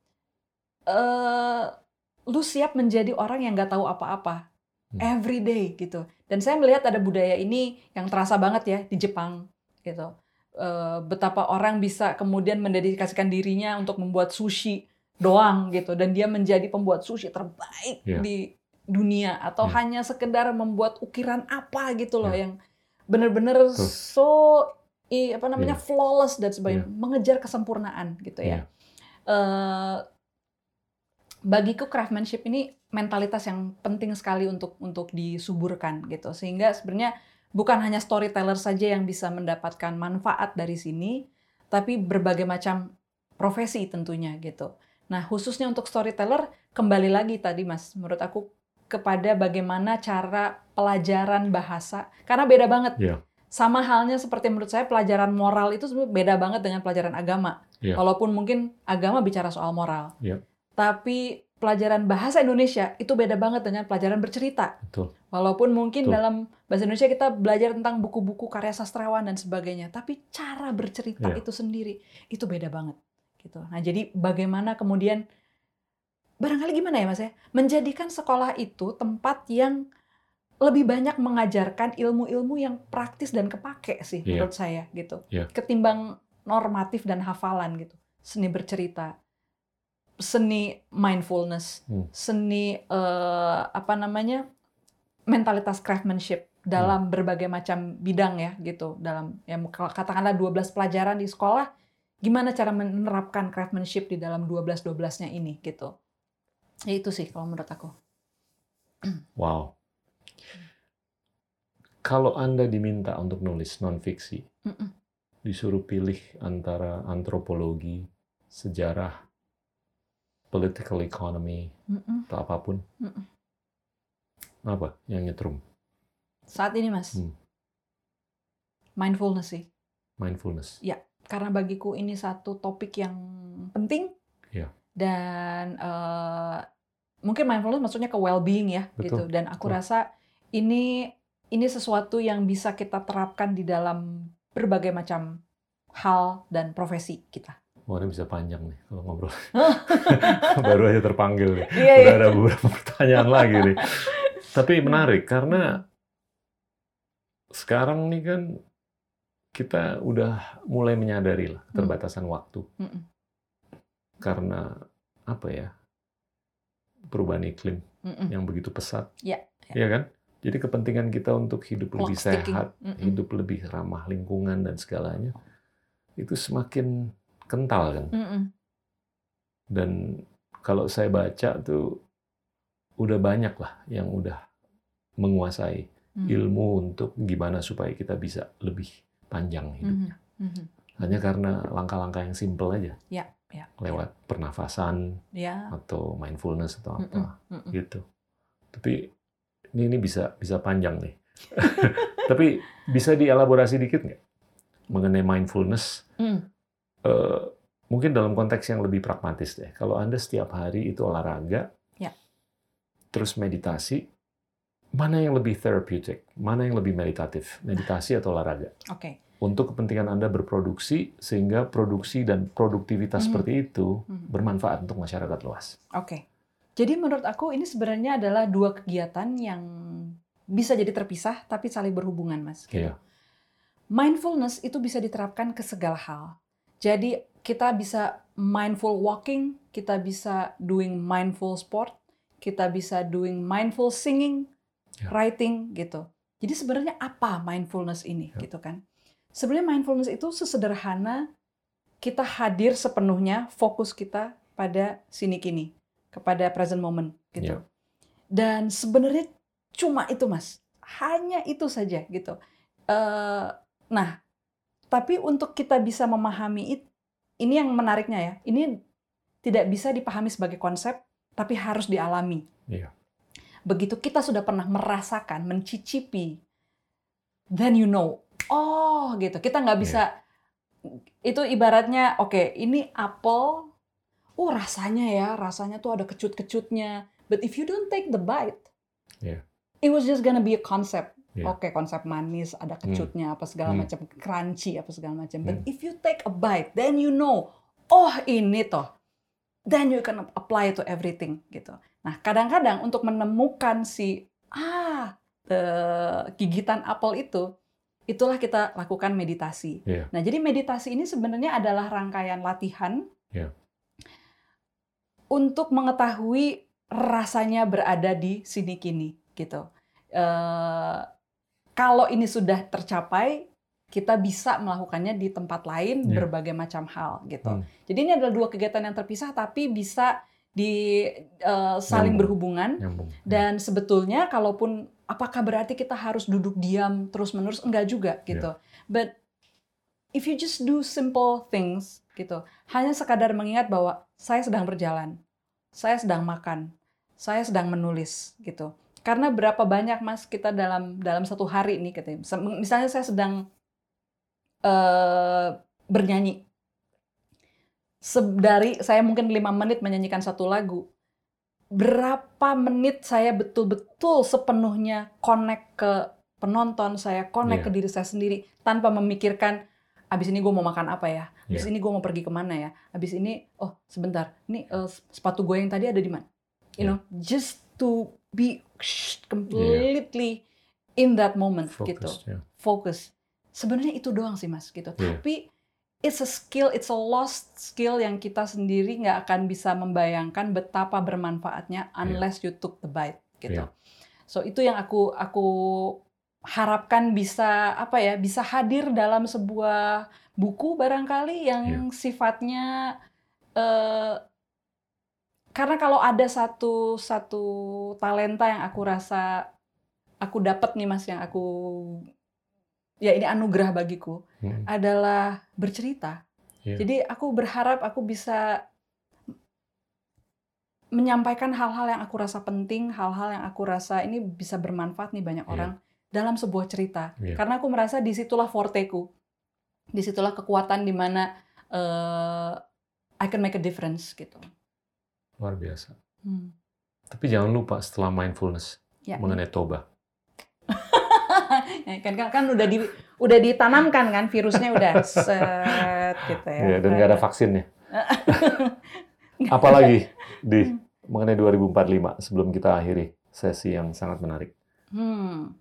uh, lu siap menjadi orang yang nggak tahu apa-apa Hmm. every day gitu. Dan saya melihat ada budaya ini yang terasa banget ya di Jepang gitu. Uh, betapa orang bisa kemudian mendedikasikan dirinya untuk membuat sushi doang gitu, dan dia menjadi pembuat sushi terbaik Ya. di dunia, atau Ya. hanya sekedar membuat ukiran apa gitu loh Ya. yang benar-benar Tuh. so i, apa namanya Ya. flawless dan sebagainya, Ya. mengejar kesempurnaan gitu ya. Ya. Uh, bagiku craftsmanship ini mentalitas yang penting sekali untuk untuk disuburkan gitu, sehingga sebenarnya bukan hanya storyteller saja yang bisa mendapatkan manfaat dari sini, tapi berbagai macam profesi tentunya gitu. Nah, khususnya untuk storyteller, kembali lagi tadi Mas, menurut aku kepada bagaimana cara pelajaran bahasa, karena beda banget. Ya. Sama halnya seperti menurut saya pelajaran moral itu sebenarnya beda banget dengan pelajaran agama. Ya. Walaupun mungkin agama bicara soal moral. Ya. Tapi pelajaran bahasa Indonesia itu beda banget dengan pelajaran bercerita. Betul. Walaupun mungkin Betul. dalam bahasa Indonesia kita belajar tentang buku-buku karya sastrawan dan sebagainya, tapi cara bercerita Ya. itu sendiri itu beda banget gitu. Nah, jadi bagaimana kemudian barangkali gimana ya Mas ya, menjadikan sekolah itu tempat yang lebih banyak mengajarkan ilmu-ilmu yang praktis dan kepake sih Ya. menurut saya gitu. Ya. Ketimbang normatif dan hafalan gitu. Seni bercerita, seni mindfulness, hmm. seni uh, apa namanya mentalitas craftsmanship dalam hmm. berbagai macam bidang ya gitu, dalam ya katakanlah dua belas pelajaran di sekolah, gimana cara menerapkan craftsmanship di dalam dua belas dua belas-nya ini gitu. Ya itu sih kalau menurut aku. Wow. Kalau Anda diminta untuk nulis non-fiksi, Mm-mm. disuruh pilih antara antropologi, sejarah, political economy, Mm-mm. atau apapun, Mm-mm. apa yang nyetrum? Saat ini Mas, hmm. mindfulness sih. Mindfulness. Ya, karena bagiku ini satu topik yang penting. Ya. Dan uh, mungkin mindfulness maksudnya ke well-being ya. Betul. Gitu. Dan aku Betul. rasa ini ini sesuatu yang bisa kita terapkan di dalam berbagai macam hal dan profesi kita. Wah, ini bisa panjang nih kalau ngobrol. Baru aja terpanggil nih. Iya, Udah iya. ada beberapa pertanyaan lagi nih. Tapi menarik karena sekarang nih kan kita udah mulai menyadari lah keterbatasan hmm. waktu. Hmm. Karena apa ya? Perubahan iklim hmm. yang begitu pesat. Ya, ya. Iya kan? Jadi kepentingan kita untuk hidup Clock lebih sticking. sehat, Hmm. hidup lebih ramah lingkungan dan segalanya itu semakin kental kan. Hmm. Dan kalau saya baca tuh udah banyak lah yang udah menguasai hmm. ilmu untuk gimana supaya kita bisa lebih panjang hidupnya. Hmm. Hmm. Hanya karena langkah-langkah yang simple aja. Ya, ya, lewat ya. pernafasan ya. atau mindfulness atau apa hmm. Hmm. gitu. Tapi ini ini bisa bisa panjang nih. Tapi bisa dielaborasi dikit nggak mengenai mindfulness? Hmm. Uh, mungkin dalam konteks yang lebih pragmatis deh. Kalau Anda setiap hari itu olahraga, ya. terus meditasi, mana yang lebih therapeutic? Mana yang lebih meditatif? Meditasi atau olahraga? Oke. Okay. Untuk kepentingan Anda berproduksi, sehingga produksi dan produktivitas hmm. seperti itu hmm. bermanfaat untuk masyarakat luas. Oke. Okay. Jadi menurut aku ini sebenarnya adalah dua kegiatan yang bisa jadi terpisah, tapi saling berhubungan, Mas. Iya. Mindfulness itu bisa diterapkan ke segala hal. Jadi kita bisa mindful walking, kita bisa doing mindful sport, kita bisa doing mindful singing, ya. writing gitu. Jadi sebenarnya apa mindfulness ini ya. gitu kan? Sebenarnya mindfulness itu sesederhana kita hadir sepenuhnya, fokus kita pada sini kini, kepada present moment gitu. Ya. Dan sebenarnya cuma itu, Mas. Hanya itu saja gitu. Uh, nah, tapi untuk kita bisa memahami itu, ini yang menariknya ya. Ini tidak bisa dipahami sebagai konsep, tapi harus dialami. Ya. Begitu kita sudah pernah merasakan, mencicipi, then you know. Oh, gitu. Kita nggak bisa, yeah. itu ibaratnya, oke, okay, ini apel, oh rasanya ya, rasanya tuh ada kecut-kecutnya. But if you don't take the bite, yeah. it was just gonna be a concept. Yeah. Oke, konsep manis, ada kecutnya, apa segala Hmm. macam, crunchy, apa segala macam. But Hmm. if you take a bite, then you know, oh ini toh. Then you can apply it to everything gitu. Nah, kadang-kadang untuk menemukan si ah the gigitan apel itu, itulah kita lakukan meditasi. Yeah. Nah, jadi meditasi ini sebenarnya adalah rangkaian latihan Yeah. untuk mengetahui rasanya berada di sini kini gitu. Eh, kalau ini sudah tercapai, kita bisa melakukannya di tempat lain Yeah. berbagai macam hal gitu. Hmm. Jadi ini adalah dua kegiatan yang terpisah tapi bisa di eh, saling Nyambung. berhubungan. Nyambung. Dan sebetulnya kalaupun apakah berarti kita harus duduk diam terus-menerus? Enggak juga gitu. But if you just do simple things gitu, hanya sekadar mengingat bahwa saya sedang berjalan, saya sedang makan, saya sedang menulis gitu. Karena berapa banyak Mas kita dalam dalam satu hari nih gitu. Misalnya saya sedang uh, bernyanyi. Dari saya mungkin lima menit menyanyikan satu lagu. Berapa menit saya betul-betul sepenuhnya connect ke penonton saya, connect Yeah. ke diri saya sendiri tanpa memikirkan abis ini gue mau makan apa ya, abis Yeah. ini gue mau pergi kemana ya, abis ini oh sebentar, ini uh, sepatu gue yang tadi ada di mana, you Yeah. know, just to be completely in that moment gitu, Focused, yeah. fokus. Sebenarnya itu doang sih Mas gitu. Yeah. Tapi it's a skill, it's a lost skill yang kita sendiri nggak akan bisa membayangkan betapa bermanfaatnya unless you took the bite gitu. Yeah. So itu yang aku aku harapkan bisa apa ya, bisa hadir dalam sebuah buku barangkali yang Yeah. sifatnya eh, karena kalau ada satu satu talenta yang aku rasa aku dapat nih Mas, yang aku ya ini anugerah bagiku Hmm. adalah bercerita. Yeah. Jadi aku berharap aku bisa menyampaikan hal-hal yang aku rasa penting, hal-hal yang aku rasa ini bisa bermanfaat nih banyak Yeah. orang dalam sebuah cerita. Yeah. Karena aku merasa disitulah forteku, disitulah kekuatan di mana uh, I can make a difference gitu. Luar biasa. Hmm. Tapi jangan lupa setelah mindfulness Ya, mengenai toba. Ya, kan, kan kan udah di udah ditanamkan kan virusnya udah set gitu ya. Ya, dan nggak ada vaksinnya. Apalagi di mengenai dua ribu empat puluh lima sebelum kita akhiri sesi yang sangat menarik. Hmm.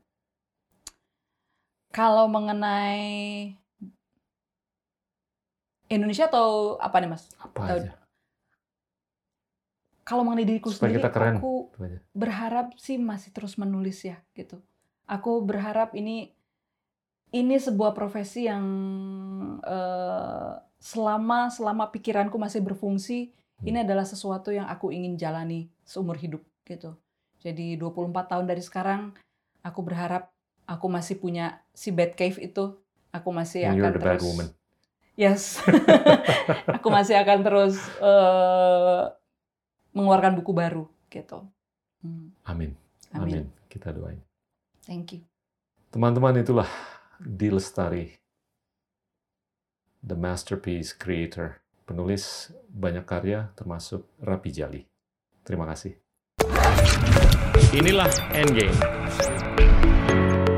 Kalau mengenai Indonesia atau apa nih Mas? Apa Tahu. aja. Kalau mengenai diriku Supaya sendiri, kita keren. aku Itu aja. berharap sih masih terus menulis ya gitu. Aku berharap ini ini sebuah profesi yang eh, selama selama pikiranku masih berfungsi, Hmm. ini adalah sesuatu yang aku ingin jalani seumur hidup gitu. Jadi dua puluh empat tahun dari sekarang, aku berharap aku masih punya si bad cave itu, aku masih And akan you're the bad terus. woman. Yes, aku masih akan terus eh, mengeluarkan buku baru gitu. Hmm, Amin. Amin. Amin. Kita doain. Thank you. Teman-teman, itulah Dee Lestari, the masterpiece creator, penulis banyak karya termasuk Rapi Jali. Terima kasih. Inilah Endgame.